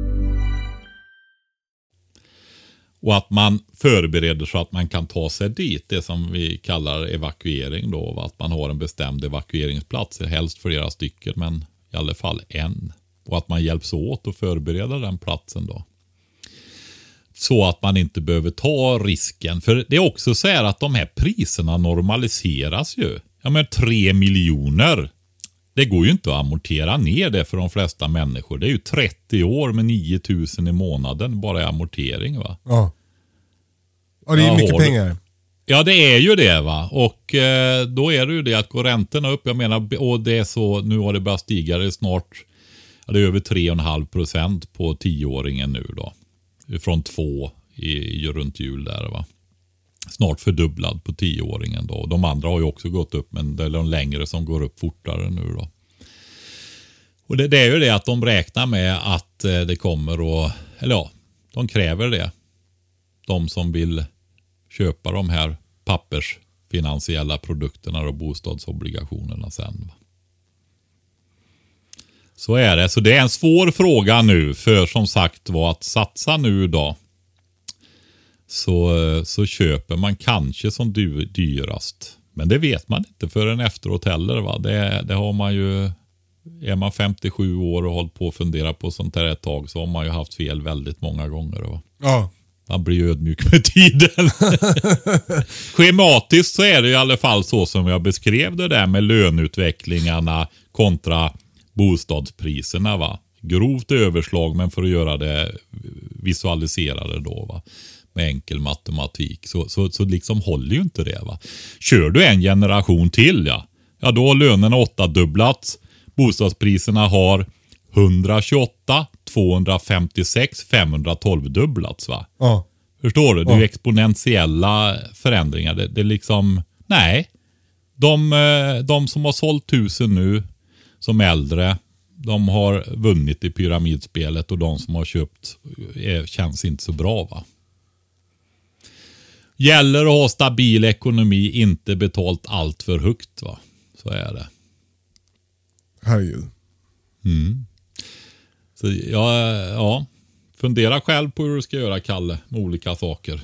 S6: Och att man förbereder så att man kan ta sig dit. Det som vi kallar evakuering då. Att man har en bestämd evakueringsplats. Helst flera stycken, men i alla fall en. Och att man hjälps åt att förbereda den platsen då. Så att man inte behöver ta risken. För det är också så här att de här priserna normaliseras ju. Ja, men tre miljoner. Det går ju inte att amortera ner det för de flesta människor. Det är ju trettio år med nio tusen i månaden bara i amortering, va?
S5: Ja. Och det är
S6: ja,
S5: mycket
S6: har...
S5: pengar.
S6: Ja, det är ju det, va. Och eh, då är det ju det att går räntorna upp. Jag menar, och det är så, nu har det börjat stiga. Det är snart, ja, det är över tre komma fem procent på tioåringen nu då. Från två i, i runt jul där, va. Snart fördubblad på tioåringen då. De andra har ju också gått upp, men det är de längre som går upp fortare nu då. Och det, det är ju det att de räknar med att eh, det kommer att, eller ja, de kräver det. De som vill köpa de här pappersfinansiella produkterna och bostadsobligationerna sen, va. Så är det. Så det är en svår fråga nu, för som sagt var att satsa nu då. Så, så köper man kanske som dy, dyrast. Men det vet man inte förrän efteråt heller, va. Det, det har man ju, är man femtiosju år och hållit på att fundera på sånt här ett tag, så har man ju haft fel väldigt många gånger, va.
S5: Ja.
S6: Man blir ju ödmjuk med tiden. Schematiskt så är det i alla fall så som jag beskrev det där med löneutvecklingarna kontra bostadspriserna, va. Grovt överslag, men för att göra det visualiserade då, va. Med enkel matematik. Så, så, så liksom håller ju inte det, va. Kör du en generation till, ja. Ja, då har lönerna åttadubblats. Bostadspriserna har etthundratjugoåtta, tvåhundrafemtiosex, femhundratolv dubblats, va.
S5: Ja.
S6: Förstår du? Det är
S5: ja.
S6: ju exponentiella förändringar. Det, det är liksom, nej. De, de som har sålt tusen nu som äldre, de har vunnit i pyramidspelet, och de som har köpt är, känns inte så bra, va. Gäller att ha stabil ekonomi, inte betalt allt för högt, va. Så är det.
S5: Herregud.
S6: Mm. Så ja, ja, fundera själv på hur du ska göra, Kalle, med olika saker.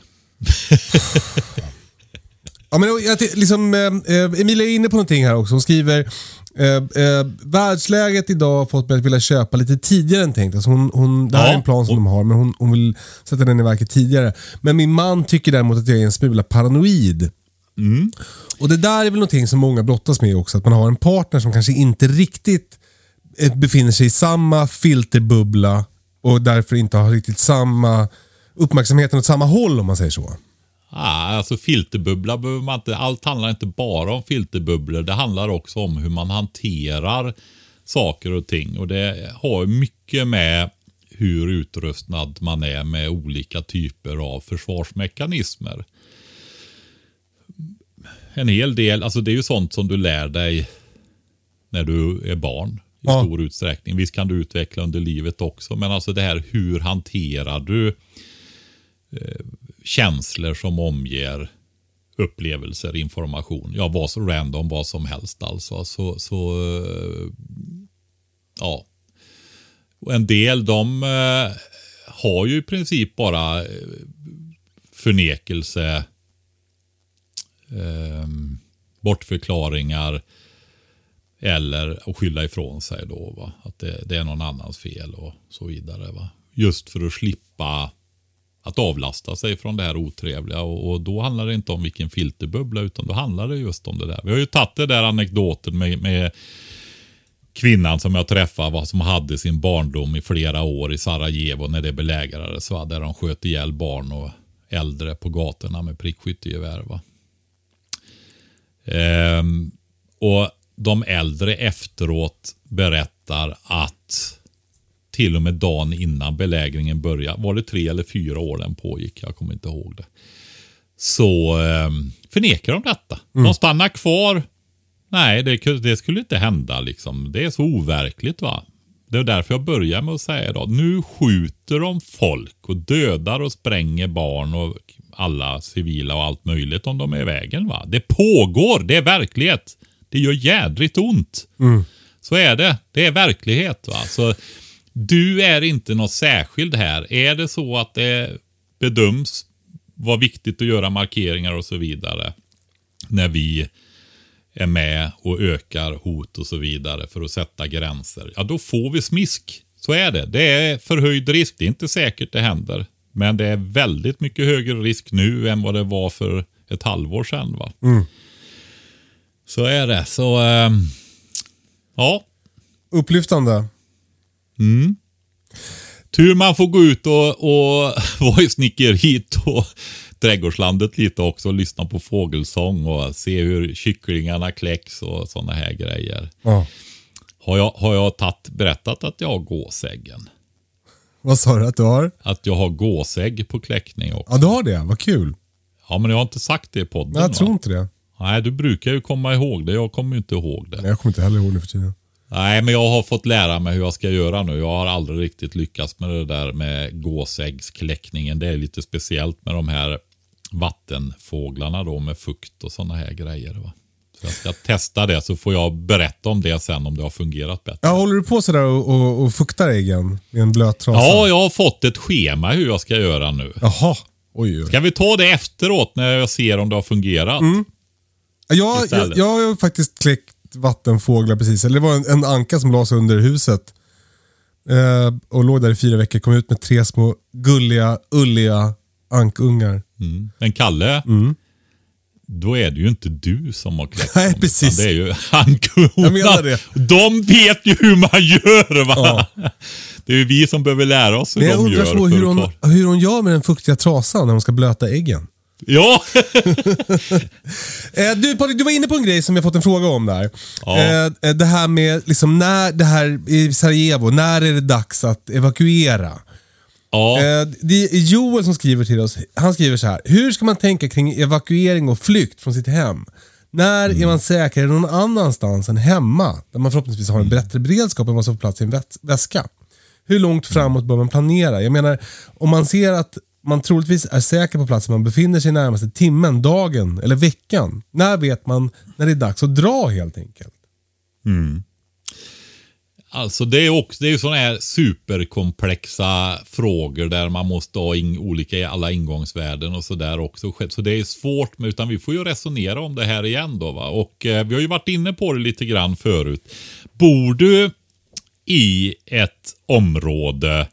S5: Ja, men jag, liksom, eh, Emilia är inne på någonting här också. Hon skriver eh, eh, världsläget idag har fått mig att vilja köpa lite tidigare än tänkt. Alltså hon, hon, det här
S6: ja,
S5: är en plan som
S6: och,
S5: de har, men hon, hon vill sätta den i verket tidigare. Men min man tycker däremot att jag är en smula paranoid.
S6: Mm.
S5: Och det där är väl någonting som många brottas med också. Att man har en partner som kanske inte riktigt befinner sig i samma filterbubbla och därför inte har riktigt samma uppmärksamheten åt samma håll, om man säger så.
S6: Ah, alltså filterbubbla behöver man inte. Allt handlar inte bara om filterbubblor. Det handlar också om hur man hanterar saker och ting. Och det har mycket med hur utrustad man är med olika typer av försvarsmekanismer. En hel del, alltså det är ju sånt som du lär dig när du är barn i ja. stor utsträckning. Visst kan du utveckla under livet också, men alltså det här, hur hanterar du eh, känslor som omger upplevelser, information. Ja, vad så random, vad som helst alltså. Så, så eh, ja. Och en del, de eh, har ju i princip bara eh, förnekelse, eh, bortförklaringar eller att skylla ifrån sig då, va? Att det, det är någon annans fel och så vidare, va? Just för att slippa att avlasta sig från det här otrevliga, och, och då handlar det inte om vilken filterbubbla, utan då handlar det just om det där. Vi har ju tagit det där anekdoten med, med kvinnan som jag träffade, vad som hade sin barndom i flera år i Sarajevo när det belägrades, va? Där de sköt ihjäl barn och äldre på gatorna med prickskyttegevär, va? Ehm, och de äldre efteråt berättar att till och med dagen innan belägringen började, var det tre eller fyra år den pågick, jag kommer inte ihåg det, så eh, förnekar de detta. Mm. De stannar kvar. Nej, det, det skulle inte hända liksom. Det är så overkligt, va. Det är därför jag börjar med att säga då. Nu skjuter de folk och dödar och spränger barn och alla civila och allt möjligt om de är i vägen, va? Det pågår, det är verklighet. Det gör jädrigt ont.
S5: Mm.
S6: Så är det. Det är verklighet, va? Så du är inte något särskild här. Är det så att det bedöms vara viktigt att göra markeringar och så vidare när vi är med och ökar hot och så vidare för att sätta gränser, ja då får vi smisk. Så är det. Det är förhöjd risk. Det är inte säkert det händer. Men det är väldigt mycket högre risk nu än vad det var för ett halvår sedan, va?
S5: Mm.
S6: Så är det. Så ähm, ja.
S5: Upplyftande.
S6: Mm. Tur man får gå ut och, och vara i snickeriet och trädgårdslandet lite också och lyssna på fågelsång och se hur kycklingarna kläcks och sådana här grejer.
S5: Ja.
S6: Har jag, har jag tatt, berättat att jag har gåsäggen?
S5: Vad sa du att du har?
S6: Att jag har gåsägg på kläckning också.
S5: Ja, du har det. Vad kul.
S6: Ja, men jag har inte sagt det i podden.
S5: Nej, jag tror
S6: va?
S5: inte det.
S6: Nej, du brukar ju komma ihåg det. Jag kommer ju inte ihåg det.
S5: Nej, jag kommer inte heller ihåg det för tiden.
S6: Nej, men jag har fått lära mig hur jag ska göra nu. Jag har aldrig riktigt lyckats med det där med gåsäggskläckningen. Det är lite speciellt med de här vattenfåglarna då med fukt och sådana här grejer, va? Så jag ska testa det så får jag berätta om det sen om det har fungerat bättre.
S5: Ja, håller du på sådär och, och, och fuktar äggen med en blöt trasa?
S6: Ja, jag har fått ett schema hur jag ska göra nu.
S5: Jaha, oj, oj.
S6: Ska vi ta det efteråt när jag ser om det har fungerat?
S5: Mm. Ja, jag, jag har faktiskt kläckt vattenfåglar precis. Eller det var en, en anka som lades under huset. Eh, och låg där i fyra veckor. Kom ut med tre små gulliga, ulliga ankungar.
S6: Mm. Men Kalle, mm. då är det ju inte du som har kläckt
S5: Nej,
S6: dem,
S5: precis.
S6: Det är ju ankorna.
S5: Jag menar det.
S6: De vet ju hur man gör, va? Ja. Det är ju vi som behöver lära oss hur
S5: Men
S6: de
S5: jag
S6: gör.
S5: undrar så hur hon, hur hon gör med den fuktiga trasan när hon ska blöta äggen.
S6: Ja.
S5: Du Patrik, du var inne på en grej som jag fått en fråga om där.
S6: Ja.
S5: Det här med liksom när det här i Sarajevo, när är det dags att evakuera?
S6: Ja.
S5: Det är Joel som skriver till oss. Han skriver så här: hur ska man tänka kring evakuering och flykt från sitt hem? När mm. är man säker någon annanstans än hemma, där man förhoppningsvis har en bättre beredskap än vad som får plats i en väska? Hur långt framåt bör man planera? Jag menar, om man ser att man troligtvis är säker på plats, man befinner sig närmaste timmen, dagen eller veckan. När vet man när det är dags att dra helt enkelt?
S6: Mm. Alltså det är också det är ju sådana här superkomplexa frågor där man måste ha in olika i alla ingångsvärden och så där också. Så det är svårt, men utan vi får ju resonera om det här igen då, va? Och eh, vi har ju varit inne på det lite grann förut. Bor du i ett område,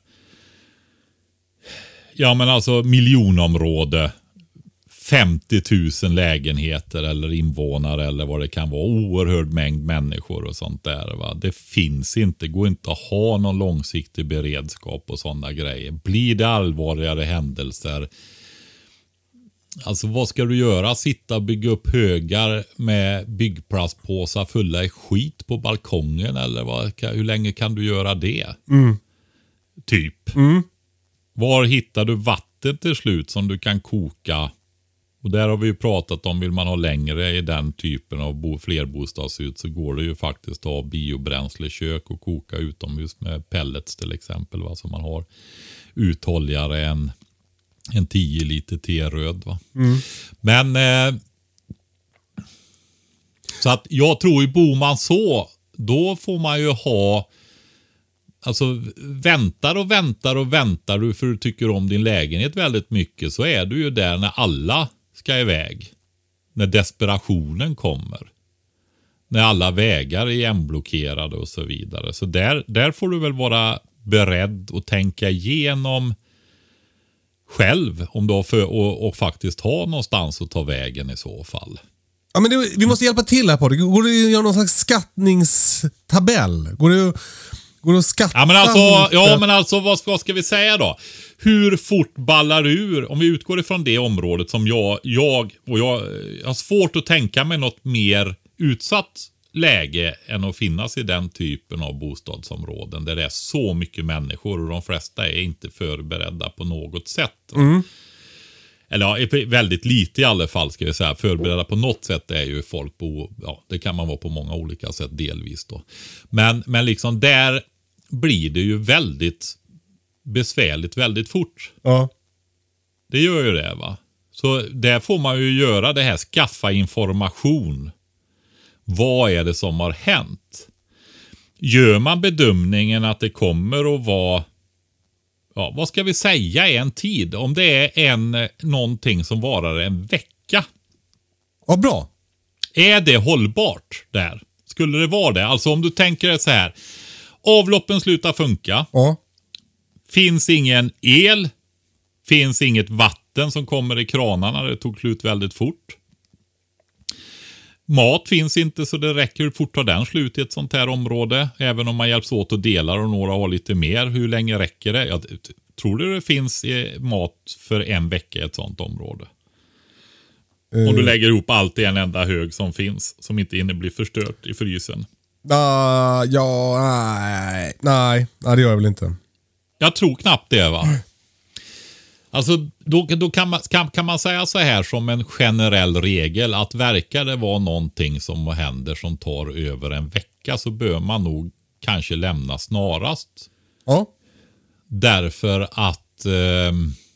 S6: ja men alltså miljonområde, femtio tusen lägenheter eller invånare eller vad det kan vara, oerhörd mängd människor och sånt där, va. Det finns inte, går inte att ha någon långsiktig beredskap och sådana grejer. Blir det allvarligare händelser, alltså vad ska du göra? Sitta och bygga upp högar med byggplastpåsar fulla i skit på balkongen eller vad, hur länge kan du göra det?
S5: Mm.
S6: Typ.
S5: Mm.
S6: Var hittar du vatten till slut som du kan koka? Och där har vi ju pratat om, vill man ha längre i den typen av bo- flerbostadshus så går det ju faktiskt att ha biobränslekök och koka utomhus med pellets till exempel, va? Så man har uthålligare än en tio liter teröd, va? Mm. Men eh, så att jag tror ju bor man så, då får man ju ha, alltså väntar och väntar och väntar du för du tycker om din lägenhet väldigt mycket, så är du ju där när alla ska iväg. När desperationen kommer. När alla vägar är igenblockerade och så vidare. Så där, där får du väl vara beredd att tänka igenom själv om du har för, och, och faktiskt ha någonstans att ta vägen i så fall.
S5: Ja, men det, vi måste hjälpa till här på det. Går det att göra någon slags skattningstabell? Går det, går det att skatta?
S6: Ja men alltså, ja, men alltså vad, vad ska vi säga då? Hur fort ballar ur, om vi utgår ifrån det området som jag, jag och jag, jag har svårt att tänka mig något mer utsatt läge än att finnas i den typen av bostadsområden där det är så mycket människor och de flesta är inte förberedda på något sätt.
S5: Mm.
S6: Eller ja, väldigt lite i alla fall ska vi säga. Förberedda på något sätt är ju folk bo, ja det kan man vara på många olika sätt delvis då. Men, men liksom där, blir det ju väldigt besvärligt väldigt fort.
S5: Ja.
S6: Det gör ju det, va? Så där får man ju göra det här, skaffa information. Vad är det som har hänt? Gör man bedömningen att det kommer att vara, ja, vad ska vi säga, en tid? Om det är en någonting som varar en vecka.
S5: Ja, bra.
S6: Är det hållbart där? Skulle det vara det? Alltså om du tänker dig så här. Avloppen slutar funka.
S5: Ja.
S6: Finns ingen el. Finns inget vatten som kommer i kranarna. Det tog slut väldigt fort. Mat finns inte, så det räcker hur fort tar den slut i ett sånt här område. Även om man hjälps åt och delar och några har lite mer. Hur länge räcker det? Jag tror du det finns mat för en vecka i ett sånt område? Uh. Om du lägger ihop allt i en enda hög som finns. Som inte hinner bli förstört i frysen.
S5: Uh, ja, nej, nej. Nej, det gör jag väl inte.
S6: Jag tror knappt det, va? Alltså då, då kan, man, kan, kan man säga så här som en generell regel, att verkar det vara någonting som händer som tar över en vecka, så bör man nog kanske lämna snarast.
S5: Ja.
S6: Därför att eh,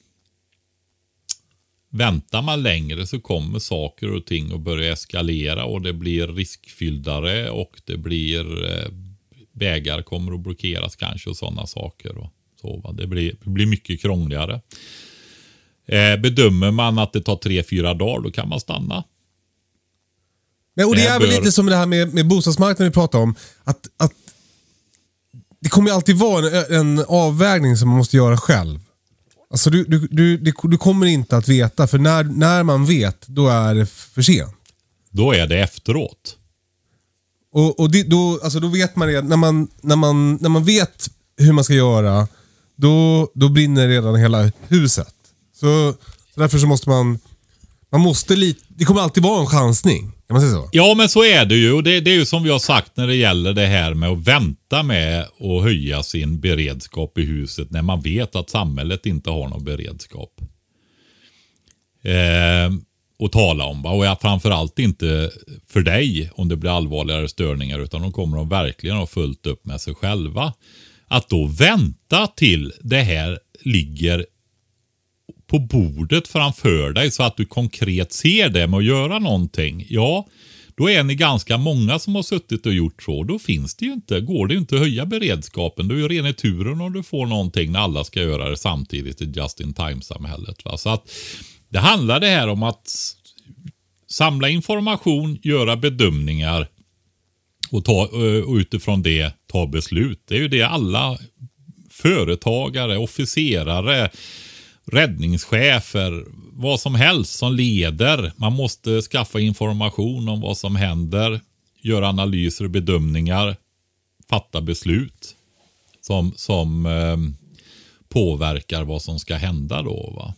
S6: väntar man längre så kommer saker och ting att börja eskalera och det blir riskfylldare och det blir eh, vägar kommer att blockeras kanske och sådana saker och så, va? Det blir, det blir mycket krångligare. Eh, bedömer man att det tar tre, fyra dagar, då kan man stanna.
S5: Men, och det, det är väl
S6: bör...
S5: lite som det här med, med bostadsmarknaden vi pratar om. Att, att det kommer ju alltid vara en, en avvägning som man måste göra själv. Alltså du, du, du, du, du kommer inte att veta, för när, när man vet, då är det för sent.
S6: Då är det efteråt.
S5: Och, och det, då, alltså då vet man det, när man, när man, när man vet hur man ska göra, då, då brinner redan hela huset. Så, så därför så måste man man måste lite, det kommer alltid vara en chansning, kan man säga så?
S6: Ja, men så är det ju, och det, det är ju som vi har sagt när det gäller det här med att vänta med att höja sin beredskap i huset när man vet att samhället inte har någon beredskap. Eh, och tala om, och jag framförallt inte för dig om det blir allvarligare störningar, utan de kommer de verkligen ha fullt upp med sig själva. Att då vänta till det här ligger på bordet framför dig så att du konkret ser det med att göra någonting. Ja, då är ni ganska många som har suttit och gjort så. Då finns det ju inte, går det ju inte att höja beredskapen. Du är ju ren i turen om du får någonting när alla ska göra det samtidigt i just-in-time-samhället. Va? Så att det handlar det här om att samla information, göra bedömningar och, ta, och utifrån det ta beslut. Det är ju det alla företagare, officerare, räddningschefer, vad som helst som leder. Man måste skaffa information om vad som händer, göra analyser och bedömningar, fatta beslut som, som eh, påverkar vad som ska hända då, va?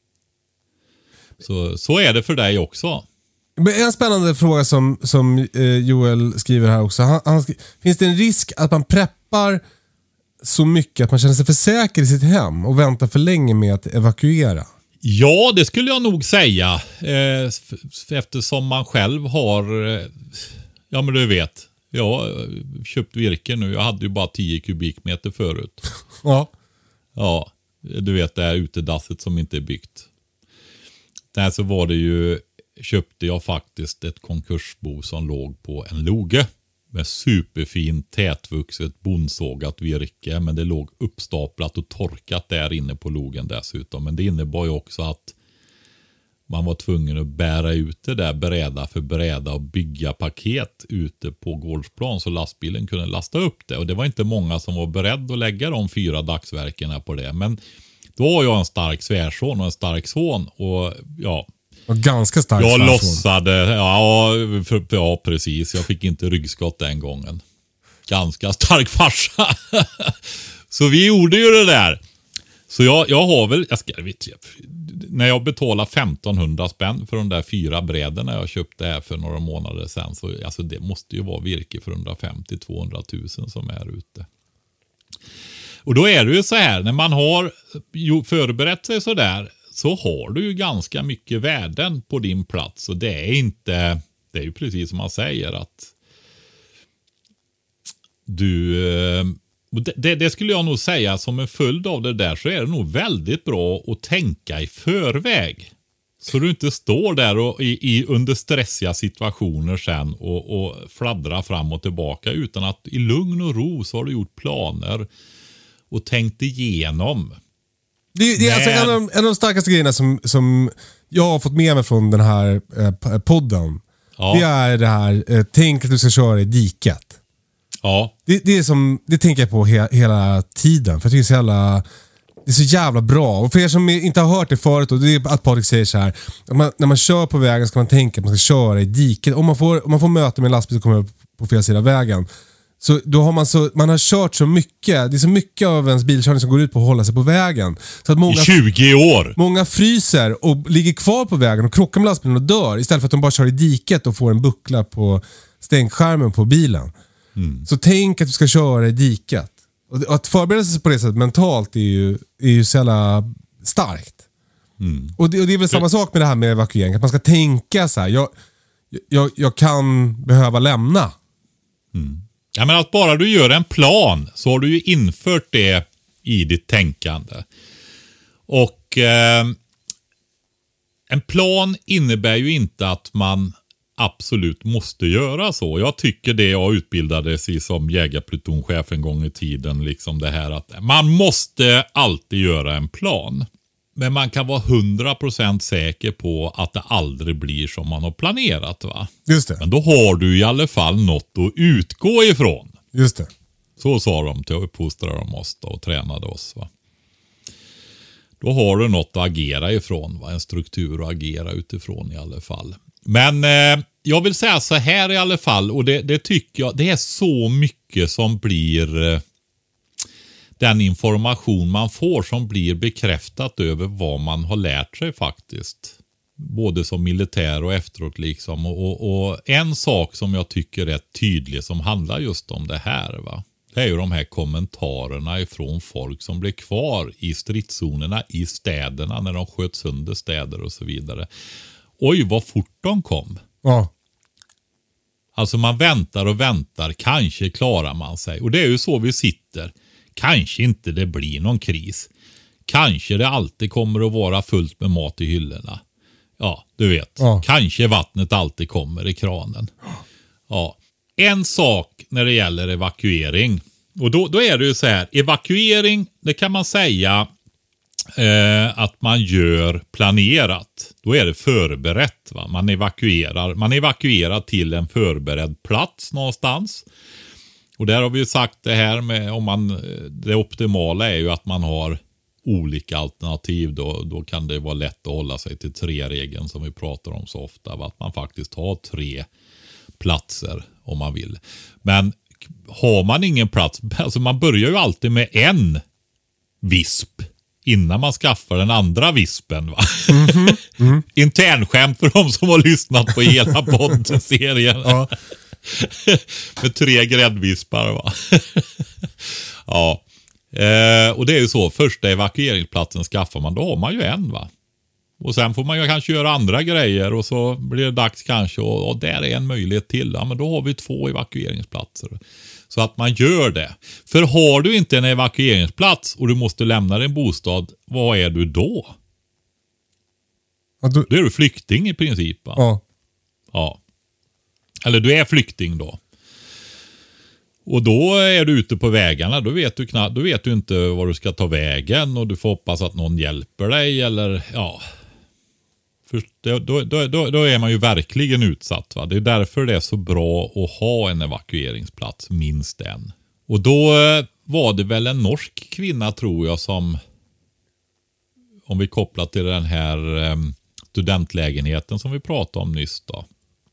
S6: Så, så är det för dig också.
S5: En spännande fråga som, som eh, Joel skriver här också. Han, han skri- finns det en risk att man preppar så mycket att man känner sig för säker i sitt hem och väntar för länge med att evakuera?
S6: Ja, det skulle jag nog säga. Eh, eftersom man själv har, eh, ja men du vet, jag har köpt virke nu. Jag hade ju bara tio kubikmeter förut.
S5: Ja.
S6: Ja, du vet det här utedasset som inte är byggt. Där så var det ju, köpte jag faktiskt ett konkursbo som låg på en loge. Med superfint tätvuxet bondsågat virke. Men det låg uppstaplat och torkat där inne på logen dessutom. Men det innebar ju också att man var tvungen att bära ut det där bräda för bräda och bygga paket ute på gårdsplan så lastbilen kunde lasta upp det. Och det var inte många som var beredda att lägga de fyra dagsverkena på det. Men då har jag en stark svärson och en stark son och ja...
S5: Och ganska stark
S6: jag
S5: svärson.
S6: lossade, ja, för, ja precis, jag fick inte ryggskott den gången. Ganska stark farsa. Så vi gjorde ju det där. Så jag, jag har väl, jag ska, vet, när jag betalar femtonhundra spänn för de där fyra bräderna jag köpte här för några månader sedan, så alltså det måste ju vara virke för hundrafemtio till tvåhundratusen som är ute. Och då är det ju så här, när man har förberett sig så där, så har du ju ganska mycket värden på din plats. Och det är inte, det är ju precis som man säger att du eh, det, det, det skulle jag nog säga som en följd av det där, så är det nog väldigt bra att tänka i förväg. Så du inte står där och i, i under stressiga situationer sen och, och fladdrar fram och tillbaka, utan att i lugn och ro så har du gjort planer och tänkt igenom.
S5: Det, det är alltså en, av, en av de starkaste grejerna som, som jag har fått med mig från den här eh, podden. Ja. Det är det här, eh, tänk att du ska köra i diket.
S6: Ja.
S5: Det, det, är som, det tänker jag på he, hela tiden. För det är så jävla, det är så jävla bra. Och för er som inte har hört det förut, och det är att Patrik säger så här. Man, när man kör på vägen ska man tänka att man ska köra i diket. Om man får, om man får möta med en lastbil som kommer upp på fel sida vägen, så då har man så man har kört så mycket. Det är så mycket av ens bilkörning som går ut på att hålla sig på vägen. Så att många,
S6: i tjugo år.
S5: Många fryser och ligger kvar på vägen och krockar med lastbilen och dör, istället för att de bara kör i diket och får en buckla på stänkskärmen på bilen. Mm. Så tänk att du ska köra i diket. Och att förbereda sig på det sättet mentalt är ju, är ju så jävla starkt. Mm. Och, det, och det är väl samma sak med det här med evakuering. Att man ska tänka så här. Jag, jag, jag kan behöva lämna.
S6: Mm. Ja, men att bara du gör en plan så har du ju infört det i ditt tänkande. Och eh, en plan innebär ju inte att man absolut måste göra så. Jag tycker det jag utbildades i som jägarplutonchef en gång i tiden, liksom det här att man måste alltid göra en plan. Men man kan vara hundra procent säker på att det aldrig blir som man har planerat, va?
S5: Just det.
S6: Men då har du i alla fall något att utgå ifrån.
S5: Just det.
S6: Så sa de till att uppfostra dem oss då och tränade oss, va? Då har du något att agera ifrån, va? En struktur att agera utifrån i alla fall. Men eh, jag vill säga så här i alla fall, och det, det tycker jag, det är så mycket som blir eh, den information man får som blir bekräftat över vad man har lärt sig faktiskt. Både som militär och efteråt liksom. Och, och, och en sak som jag tycker är tydlig som handlar just om det här, va? Det är ju de här kommentarerna ifrån folk som blir kvar i stridszonerna i städerna när de sköt sönder städer och så vidare. Oj, vad fort de kom.
S5: Ja.
S6: Alltså man väntar och väntar. Kanske klarar man sig. Och det är ju så vi sitter. Kanske inte det blir någon kris. Kanske det alltid kommer att vara fullt med mat i hyllorna. Ja, du vet. Ja. Kanske vattnet alltid kommer i kranen. Ja. En sak när det gäller evakuering. Och då, då är det ju så här. Evakuering, det kan man säga eh, att man gör planerat. Då är det förberett, va? Man evakuerar. Man evakuerar till en förberedd plats någonstans. Och där har vi ju sagt det här med om man, det optimala är ju att man har olika alternativ. Då, då kan det vara lätt att hålla sig till tre regeln som vi pratar om så ofta. Va? Att man faktiskt har tre platser om man vill. Men har man ingen plats, alltså man börjar ju alltid med en visp innan man skaffar den andra vispen, va? Mm-hmm. Mm. Internskämt för de som har lyssnat på hela poddserien. Ja. Med tre gräddvispar, va? Ja. Eh, och det är ju så, första evakueringsplatsen skaffar man, då har man ju en, va? Och sen får man ju kanske göra andra grejer och så blir det dags kanske och, och där är en möjlighet till. Ja, men då har vi två evakueringsplatser. Så att man gör det. För har du inte en evakueringsplats och du måste lämna din bostad, vad är du då? Ja, du... Då är du flykting i princip, va?
S5: Ja.
S6: Ja. Eller du är flykting då. Och då är du ute på vägarna. Då vet du knappt, då vet du inte var du ska ta vägen. Och du får hoppas att någon hjälper dig. Eller ja. För då, då, då, då är man ju verkligen utsatt, va? Det är därför det är så bra att ha en evakueringsplats. Minst en. Och då var det väl en norsk kvinna, tror jag, som, om vi kopplar till den här studentlägenheten som vi pratade om nyss då.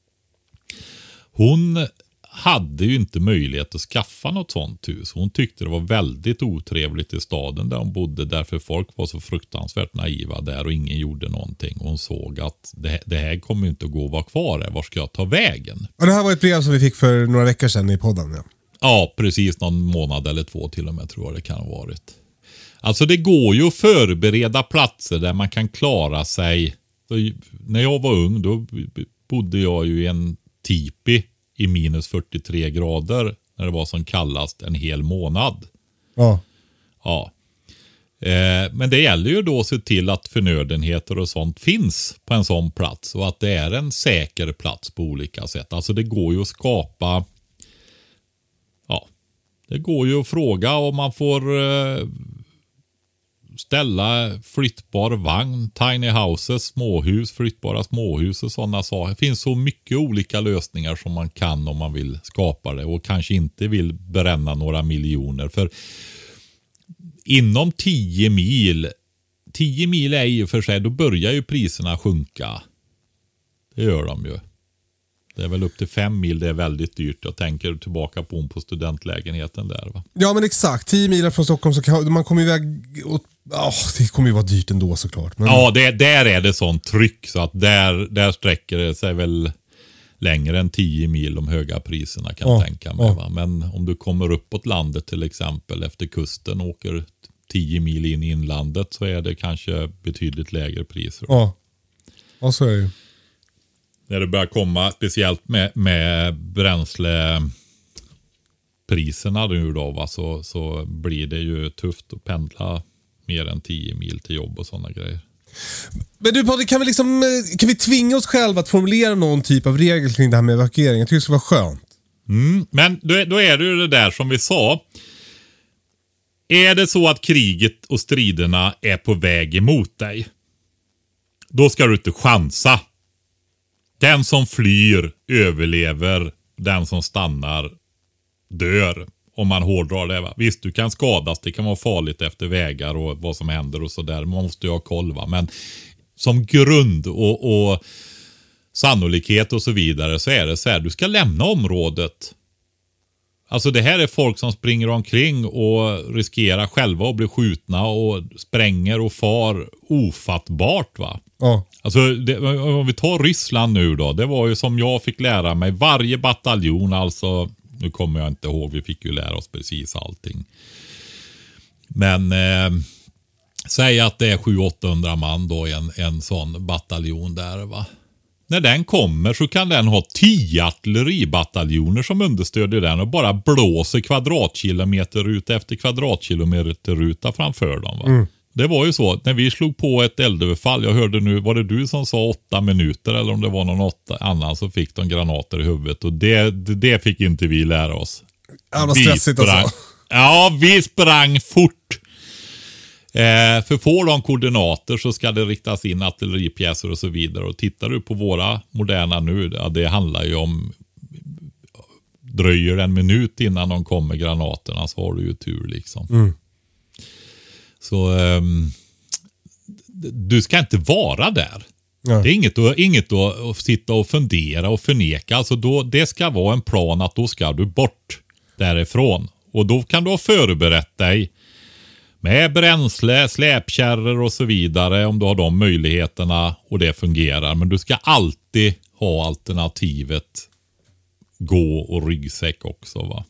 S6: Hon hade ju inte möjlighet att skaffa något sånt hus. Hon tyckte det var väldigt otrevligt i staden där hon bodde, därför folk var så fruktansvärt naiva där och ingen gjorde någonting. Och hon såg att det, det här kommer inte att gå att vara kvar här. Var ska jag ta vägen?
S5: Och det här var ett brev som vi fick för några veckor sedan i podden. Ja,
S6: ja precis. Någon månad eller två till och med, tror jag det kan ha varit. Alltså det går ju att förbereda platser där man kan klara sig. Så, när jag var ung då bodde jag ju i en tipi i minus fyrtiotre grader när det var som kallast en hel månad.
S5: Ja.
S6: Ja. Eh, men det gäller ju då att se till att förnödenheter och sånt finns på en sån plats. Och att det är en säker plats på olika sätt. Alltså det går ju att skapa... Ja, det går ju att fråga om man får... Eh, ställa flyttbar vagn, tiny houses, småhus, flyttbara småhus och sådana saker. Det finns så mycket olika lösningar som man kan om man vill skapa det och kanske inte vill bränna några miljoner. För inom tio mil, tio mil är ju för sig, då börjar ju priserna sjunka. Det gör de ju. Det är väl upp till fem mil, det är väldigt dyrt. Jag tänker tillbaka på på studentlägenheten där, va?
S5: Ja, men exakt. Tio mil från Stockholm så kan man kommer iväg och oh, det kommer ju vara dyrt ändå såklart. Men...
S6: Ja, det, där är det sånt tryck så att där, där sträcker det sig väl längre än tio mil de höga priserna kan
S5: ja,
S6: jag tänka mig.
S5: Ja.
S6: Va? Men om du kommer uppåt landet till exempel efter kusten och åker tio mil in i inlandet så är det kanske betydligt lägre priser.
S5: Ja, ja så är det ju.
S6: När det börjar komma, speciellt med, med bränslepriserna nu då, va, så, så blir det ju tufft att pendla mer än tio mil till jobb och sådana grejer.
S5: Men du Patrik, kan vi, liksom, kan vi tvinga oss själva att formulera någon typ av regel kring det här med evakuering? Jag tycker det skulle vara skönt.
S6: Mm, men då, då är det ju det där som vi sa. Är det så att kriget och striderna är på väg emot dig, då ska du inte chansa. Den som flyr överlever, den som stannar dör. Om man hårdrar det, va? Visst, du kan skadas, det kan vara farligt efter vägar och vad som händer och sådär. Man måste ju ha koll, va? Men som grund och, och sannolikhet och så vidare så är det så här, du ska lämna området. Alltså det här är folk som springer omkring och riskerar själva att bli skjutna och spränger och far ofattbart, va?
S5: Ja.
S6: Alltså det, om vi tar Ryssland nu då, det var ju som jag fick lära mig, varje bataljon, alltså nu kommer jag inte ihåg, vi fick ju lära oss precis allting. Men eh, säg att det är sju till åttahundra man då i en, en sån bataljon där, va. När den kommer så kan den ha tio artilleribataljoner som understödjer den och bara blåser kvadratkilometer ruta efter kvadratkilometer ruta framför dem, va. Mm. Det var ju så, när vi slog på ett eldöverfall, jag hörde nu, var det du som sa åtta minuter eller om det var någon åtta annan så fick de granater i huvudet och det, det fick inte vi lära oss.
S5: Ja, vad stressigt alltså.
S6: Ja, vi sprang fort. Eh, för får de koordinater så ska det riktas in artilleripjäser och så vidare. Och tittar du på våra moderna nu, ja, det handlar ju om, dröjer en minut innan de kommer granaterna så har du ju tur liksom. Mm. Så um, du ska inte vara där. Ja. Det är inget, inget att, att sitta och fundera och förneka. Alltså då, det ska vara en plan att då ska du bort därifrån. Och då kan du ha förberett dig med bränsle, släpkärror och så vidare om du har de möjligheterna och det fungerar. Men du ska alltid ha alternativet gå och ryggsäck också, va?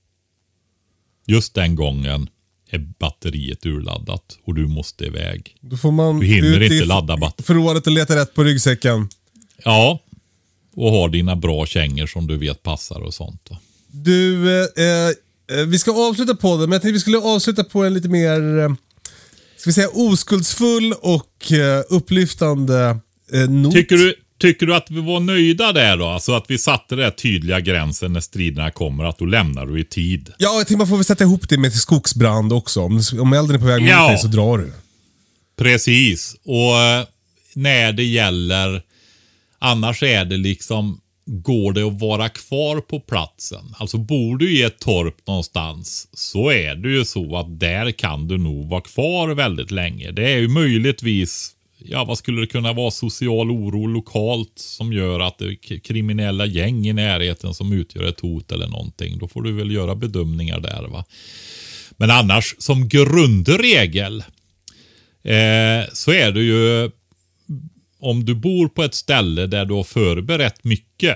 S6: Just den gången är batteriet urladdat och du måste iväg.
S5: Då får man
S6: du hinner
S5: ut
S6: inte
S5: i
S6: ladda batteriet.
S5: Förrådet och leta rätt på ryggsäcken.
S6: Ja, och ha dina bra kängor som du vet passar och sånt, va?
S5: Du, eh, eh, vi ska avsluta på det, men jag tänkte vi skulle avsluta på en lite mer, eh, ska vi säga, oskuldsfull och eh, upplyftande eh, not.
S6: Tycker du, tycker du att vi var nöjda där då? Alltså att vi satte den tydliga gränsen när striderna kommer, att då lämnar du i tid.
S5: Ja, jag tänkte man får väl sätta ihop det med till skogsbrand också. Om, om elden är på väg mot
S6: ja.
S5: dig så drar du.
S6: Precis. Och eh, när det gäller, annars är det liksom, går det att vara kvar på platsen? Alltså bor du i ett torp någonstans så är det ju så att där kan du nog vara kvar väldigt länge. Det är ju möjligtvis, ja vad skulle det kunna vara, social oro lokalt som gör att det är kriminella gäng i närheten som utgör ett hot eller någonting. Då får du väl göra bedömningar där, va. Men annars som grundregel eh, så är det ju, om du bor på ett ställe där du har förberett mycket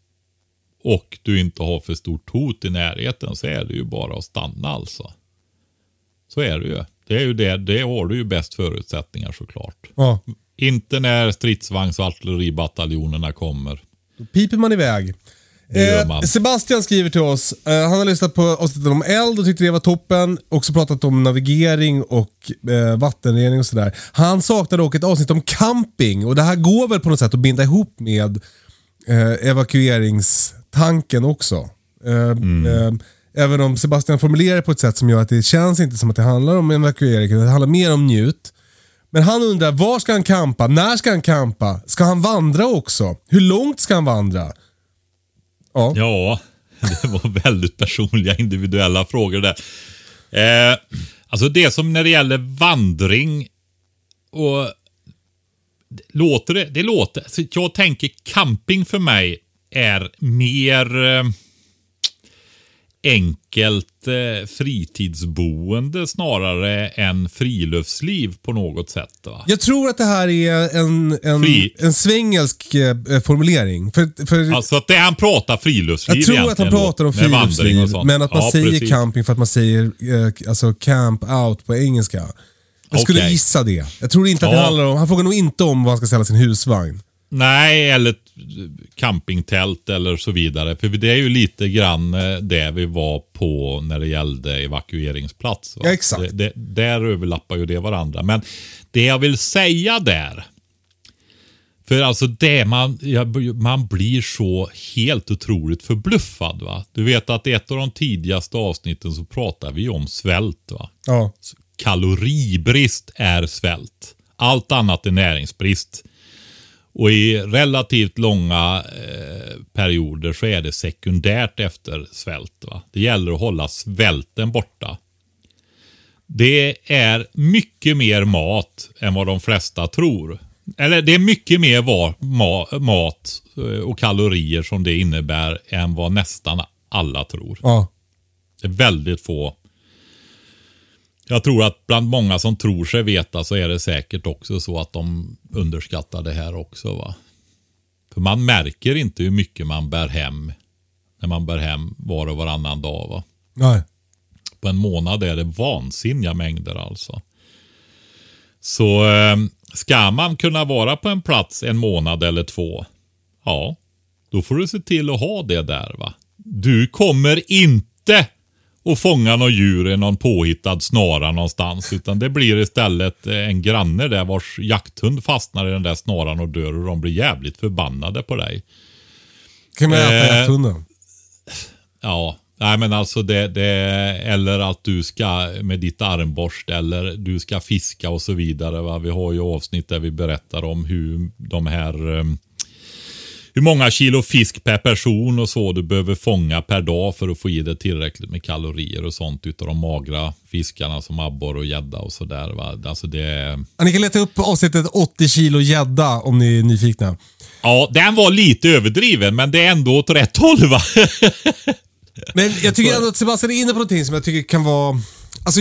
S6: och du inte har för stort hot i närheten så är det ju bara att stanna alltså. Så är det ju. Det är ju det, det har du ju bäst förutsättningar såklart.
S5: Ja.
S6: Inte när stridsvagns- och artilleribataljonerna kommer.
S5: Då piper man iväg. Eh, Sebastian skriver till oss. Eh, han har lyssnat på avsnittet om eld och tyckte det var toppen. Också pratat om navigering och eh, vattenrening och sådär. Han saknar dock ett avsnitt om camping. Och det här går väl på något sätt att binda ihop med eh, evakueringstanken också. Eh, mm. eh, även om Sebastian formulerar det på ett sätt som gör att det känns inte som att det handlar om evakuering. Det handlar mer om njut. Men han undrar, var ska han campa? När ska han campa? Ska han vandra också? Hur långt ska han vandra? Ja,
S6: ja det var väldigt personliga, individuella frågor där. Eh, alltså det som när det gäller vandring och det låter det, det låter, alltså jag tänker camping för mig är mer eh, enkelt eh, fritidsboende snarare än friluftsliv på något sätt, va?
S5: Jag tror att det här är en, en, en svengelsk eh, formulering. För, för,
S6: alltså att det han pratar friluftsliv.
S5: Jag tror att han pratar om friluftsliv, men att man ja, säger precis. Camping för att man säger eh, alltså camp out på engelska. Jag skulle okay. gissa det. Jag tror inte att ja. det handlar om, han frågar nog inte om var han ska ställa sin husvagn.
S6: Nej, eller campingtält eller så vidare. För det är ju lite grann det vi var på när det gällde evakueringsplats. Va?
S5: Ja, exakt.
S6: Det, det, där överlappar ju det varandra. Men det jag vill säga där, för alltså det man, man blir så helt otroligt förbluffad, va? Du vet att i ett av de tidigaste avsnitten så pratar vi om svält, va?
S5: Ja.
S6: Kaloribrist är svält. Allt annat är näringsbrist. Och i relativt långa eh, perioder så är det sekundärt efter svält, va? Det gäller att hålla svälten borta. Det är mycket mer mat än vad de flesta tror. Eller det är mycket mer var, ma, mat och kalorier som det innebär än vad nästan alla tror.
S5: Ja.
S6: Det är väldigt få. Jag tror att bland många som tror sig veta så är det säkert också så att de underskattar det här också, va? För man märker inte hur mycket man bär hem när man bär hem var och varannan dag, va?
S5: Nej.
S6: På en månad är det vansinniga mängder alltså. Så eh, ska man kunna vara på en plats en månad eller två, ja, då får du se till att ha det där, va? Du kommer inte och fånga någon djur i någon påhittad snara någonstans, utan det blir istället en granne där vars jakthund fastnar i den där snaran och dör, och de blir jävligt förbannade på dig.
S5: Kan man äta eh, jakthunden?
S6: Ja, nej men alltså det, det eller att du ska med ditt armborst eller du ska fiska och så vidare, va? Vi har ju avsnitt där vi berättar om hur de här um, hur många kilo fisk per person och så du behöver fånga per dag för att få i det tillräckligt med kalorier och sånt utav de magra fiskarna som abborre och gädda och sådär, va? Alltså det...
S5: Ni kan leta upp avsnittet åttio kilo gädda om ni är nyfikna.
S6: Ja, den var lite överdriven, men det är ändå åt rätt håll, va?
S5: Men jag tycker ändå att Sebastian är inne på någonting som jag tycker kan vara... Alltså,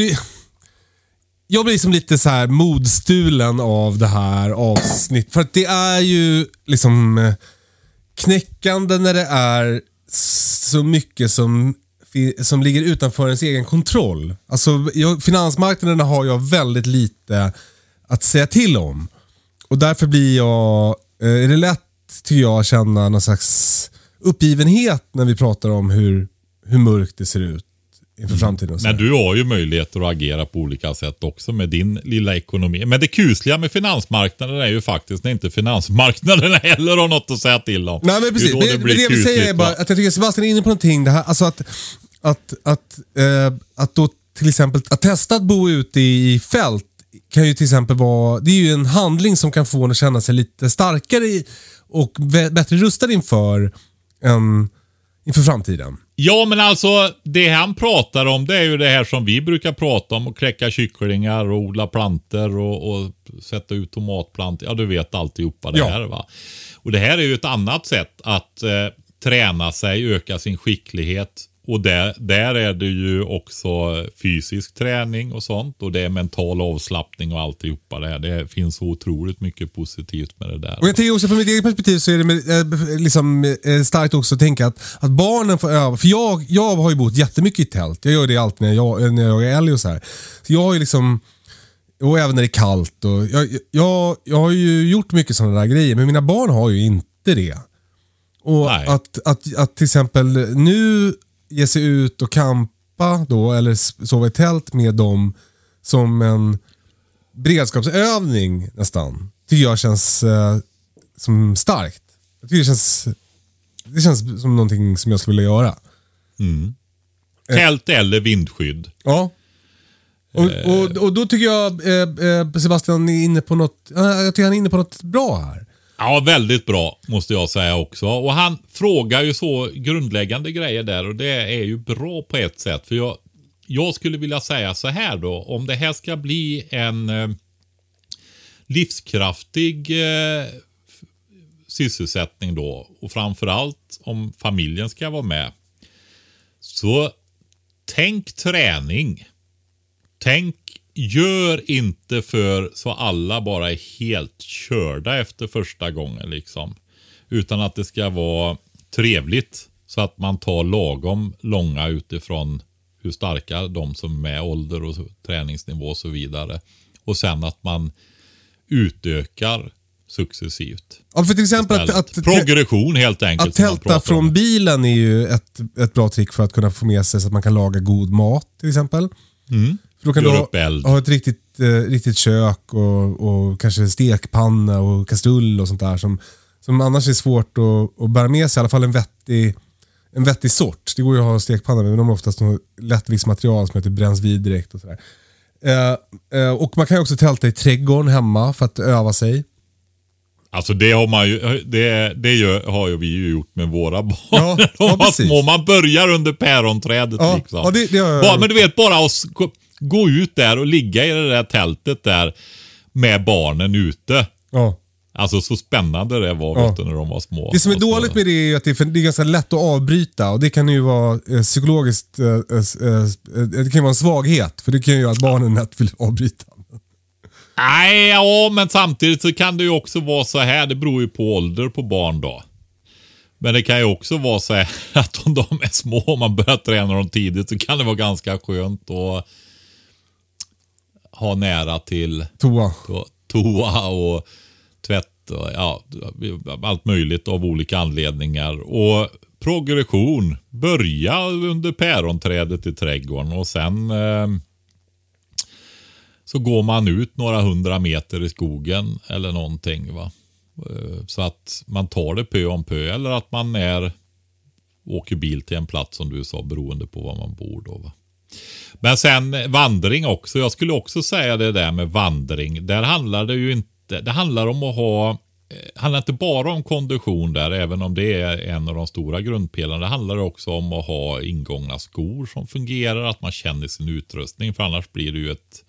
S5: jag blir liksom lite så här modstulen av det här avsnitt. För att det är ju liksom knäckande när det är så mycket som, som ligger utanför ens egen kontroll. Alltså jag, finansmarknaderna har jag väldigt lite att säga till om. Och därför blir jag, är det lätt tycker jag att känna någon slags uppgivenhet när vi pratar om hur, hur mörkt det ser ut inför framtiden.
S6: Men du har ju möjligheter att agera på olika sätt också med din lilla ekonomi. Men det kusliga med finansmarknaden är ju faktiskt när inte finansmarknaden heller har något att säga till om.
S5: Nej men precis, det, det, det jag vill säga är bara att jag tycker Sebastian är inne på någonting. Det här, alltså att, att, att, äh, att då till exempel att testa att bo ute i fält kan ju till exempel vara, det är ju en handling som kan få en att känna sig lite starkare i, och bättre rustad inför, en, inför framtiden.
S6: Ja, men alltså det han pratar om det är ju det här som vi brukar prata om, att kläcka kycklingar och odla planter och, och sätta ut tomatplantor. Ja, du vet alltihopa det ja. här, va? Och det här är ju ett annat sätt att eh, träna sig, öka sin skicklighet. Och där, där är det ju också fysisk träning och sånt. Och det är mental avslappning och alltihopa det här. Det finns så otroligt mycket positivt med det där.
S5: Och jag tänker också från mitt eget perspektiv så är det med, eh, liksom, eh, starkt också att tänka att, att barnen får öva. För jag, jag har ju bott jättemycket i tält. Jag gör det alltid när jag, när jag är älg och så här. Så jag har ju liksom, och även när det är kallt. Och jag, jag, jag har ju gjort mycket sådana där grejer. Men mina barn har ju inte det. Och att, att, att till exempel nu ge sig ut och campa då, eller sova i tält med dem som en beredskapsövning nästan, tycker jag känns eh, som starkt. Jag tycker det känns, det känns som någonting som jag skulle vilja göra.
S6: Mm. Tält eh. eller vindskydd.
S5: Ja. Och, och, och då tycker jag eh, Sebastian är inne på något, eh, jag tycker han är inne på något bra här.
S6: Ja, väldigt bra måste jag säga också. Och han frågar ju så grundläggande grejer där, och det är ju bra på ett sätt. För jag, jag skulle vilja säga så här då, om det här ska bli en eh, livskraftig eh, sysselsättning då, och framförallt om familjen ska vara med, så tänk träning. Tänk, gör inte för så alla bara är helt körda efter första gången liksom. Utan att det ska vara trevligt, så att man tar lagom långa utifrån hur starka de som är med, ålder och träningsnivå och så vidare. Och sen att man utökar successivt.
S5: Ja, för till exempel att, att
S6: progression helt enkelt.
S5: Att tälta från bilen är ju ett, ett bra trick för att kunna få med sig så att man kan laga god mat till exempel.
S6: Mm.
S5: För då kan
S6: Gör
S5: du
S6: upp eld.
S5: ha ett riktigt, eh, riktigt kök och, och kanske stekpanna och kastrull och sånt där som, som annars är svårt att, att bära med sig. I alla fall en vettig, en vettig sort. Det går ju att ha stekpanna, men de har oftast något lättviktsmaterial som heter bränns vid direkt och sådär. Eh, eh, och man kan ju också tälta i trädgården hemma för att öva sig.
S6: Alltså det har man ju, det, det gör, har ju vi ju gjort med våra barn.
S5: Ja,
S6: de
S5: ja,
S6: var små. Man börjar under päronträdet
S5: ja,
S6: liksom.
S5: Ja, det, det har...
S6: bara, men du vet, bara att gå, gå ut där och ligga i det där tältet där med barnen ute.
S5: Ja.
S6: Alltså så spännande det var
S5: ja.
S6: vet du, när de var små.
S5: Det som är
S6: alltså,
S5: dåligt med det är att det är, för, det är ganska lätt att avbryta, och det kan ju vara eh, psykologiskt eh, eh, det kan vara en svaghet, för det kan ju göra att barnen lätt vill avbryta.
S6: Nej, ja, men samtidigt så kan det ju också vara så här, det beror ju på ålder på barn då. Men det kan ju också vara så här att om de är små och man börjar träna dem tidigt, så kan det vara ganska skönt att ha nära till
S5: toa,
S6: to, toa och tvätt och ja, allt möjligt av olika anledningar. Och progression, börja under päronträdet i trädgården och sen eh, så går man ut några hundra meter i skogen eller någonting va. Så att man tar det pö om pö, eller att man är åker bil till en plats som du sa, beroende på var man bor då va. Men sen vandring också. Jag skulle också säga det där med vandring. Där handlar det ju inte, det handlar om att ha, handlar inte bara om kondition där, även om det är en av de stora grundpelarna. Det handlar också om att ha ingångna skor som fungerar, att man känner sin utrustning, för annars blir det ju ett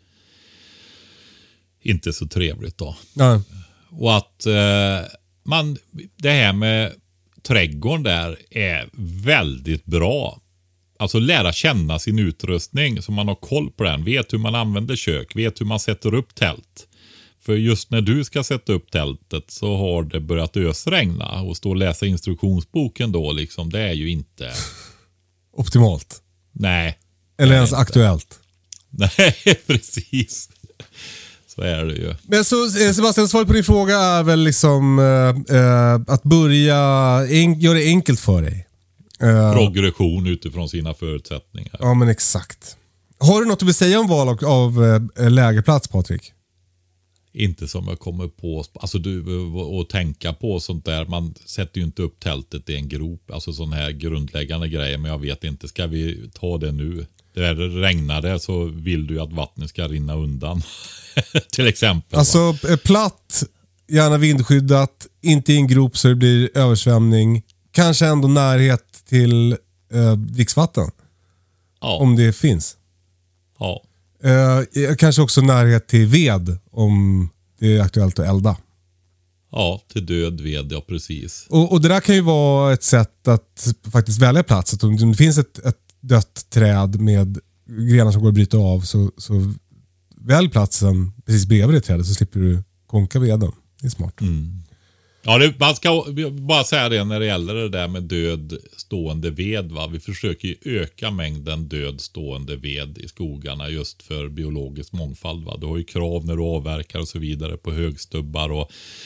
S6: inte så trevligt då.
S5: Ja.
S6: Och att eh, man, det här med trädgården där är väldigt bra. Alltså lära känna sin utrustning så man har koll på den. Vet hur man använder kök, vet hur man sätter upp tält. För just när du ska sätta upp tältet så har det börjat ösregna. Och stå och läsa instruktionsboken då liksom, det är ju inte
S5: optimalt.
S6: Nej.
S5: Eller ens aktuellt.
S6: Nej, precis. Så är det ju.
S5: Men så Sebastian, svaret på din fråga är väl liksom äh, äh, att börja en, göra det enkelt för dig. Äh,
S6: Progression utifrån sina förutsättningar.
S5: Ja, men exakt. Har du något att vill säga om val av, av äh, lägerplats, Patrik?
S6: Inte som jag kommer på. Alltså du, och tänka på sånt där. Man sätter ju inte upp tältet i en grop. Alltså sån här grundläggande grejer. Men jag vet inte, ska vi ta det nu? Där det regnar så vill du att vattnet ska rinna undan. Till exempel.
S5: Alltså va? Platt, gärna vindskyddat, inte i en grop så det blir översvämning. Kanske ändå närhet till eh, dricksvatten.
S6: Ja.
S5: Om det finns.
S6: Ja.
S5: Eh, kanske också närhet till ved om det är aktuellt att elda.
S6: Ja, till död ved, ja precis.
S5: Och, och det där kan ju vara ett sätt att faktiskt välja plats. Att om det finns ett, ett dött träd med grenar som går att bryta av, så, så välj platsen precis bredvid det trädet, så slipper du konka veden. Det är smart.
S6: Mm. Ja, det, man ska bara säga det när det gäller det där med död stående ved va. Vi försöker ju öka mängden död stående ved i skogarna just för biologisk mångfald va. Du har ju krav när du avverkar och så vidare på högstubbar och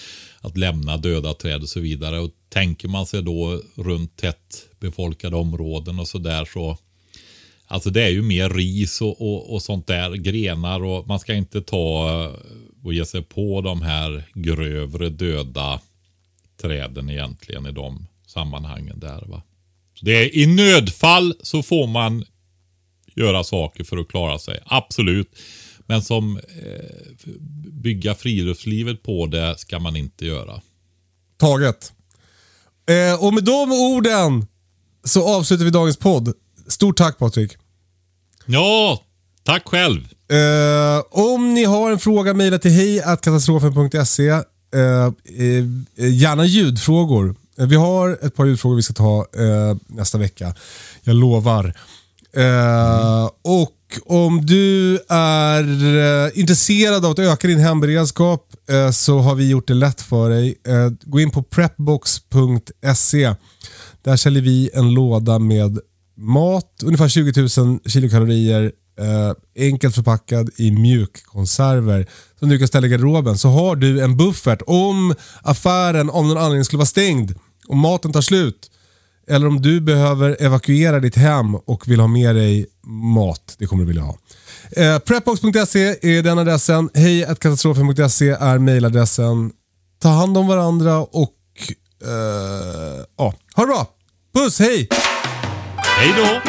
S6: att lämna döda träd och så vidare. Och tänker man sig då runt tätt befolkade områden och så där, så alltså det är ju mer ris och, och, och sånt där, grenar, och man ska inte ta och ge sig på de här grövre döda träden egentligen i de sammanhangen där, va. Så det är i nödfall så får man göra saker för att klara sig, absolut. Men som eh, bygga friluftslivet på det ska man inte göra.
S5: Taget. Eh, och med de orden så avslutar vi dagens podd. Stort tack, Patrik.
S6: Ja, tack själv.
S5: Eh, om ni har en fråga, mejla till hej at katastrofen punkt se. Eh, eh, gärna ljudfrågor. Eh, vi har ett par ljudfrågor vi ska ta eh, nästa vecka. Jag lovar. Eh, mm. Och om du är eh, intresserad av att öka din hemberedskap eh, så har vi gjort det lätt för dig. Eh, gå in på prepbox punkt se. Där säljer vi en låda med mat, ungefär tjugo tusen kilokalorier, eh, enkelt förpackad i mjukkonserver som du kan ställa i garderoben. Så har du en buffert om affären om någon anledning skulle vara stängd och maten tar slut. Eller om du behöver evakuera ditt hem och vill ha med dig mat. Det kommer du vilja ha. Eh, prepbox punkt se är den adressen. hej at katastrofen punkt se är mejladressen. Ta hand om varandra och eh, ja, ha det bra. Puss, hej!
S6: Hej då!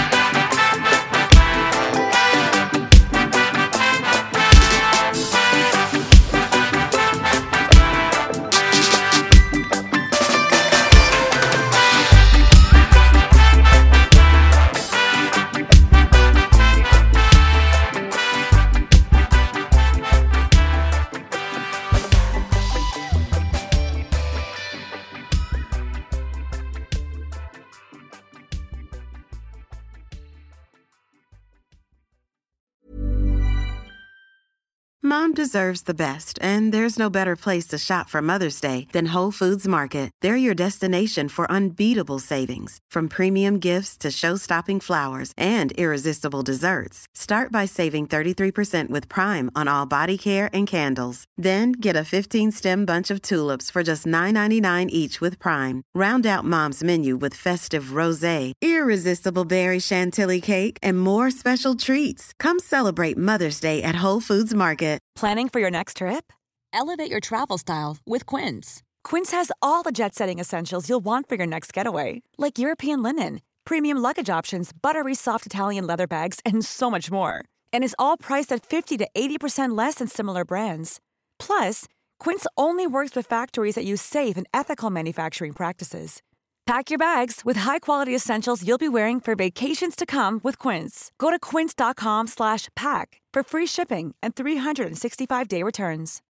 S9: Mom deserves the best, and there's no better place to shop for Mother's Day than Whole Foods Market. They're your destination for unbeatable savings, from premium gifts to show-stopping flowers and irresistible desserts. Start by saving thirty-three percent with Prime on all body care and candles. Then get a fifteen-stem bunch of tulips for just nine ninety-nine each with Prime. Round out Mom's menu with festive rosé, irresistible berry chantilly cake, and more special treats. Come celebrate Mother's Day at Whole Foods Market.
S10: Planning for your next trip? Elevate your travel style with Quince. Quince has all the jet-setting essentials you'll want for your next getaway, like European linen, premium luggage options, buttery soft Italian leather bags, and so much more. And is all priced at fifty to eighty percent less than similar brands. Plus, Quince only works with factories that use safe and ethical manufacturing practices. Pack your bags with high-quality essentials you'll be wearing for vacations to come with Quince. Go to quince dot com slash pack for free shipping and three sixty-five day returns.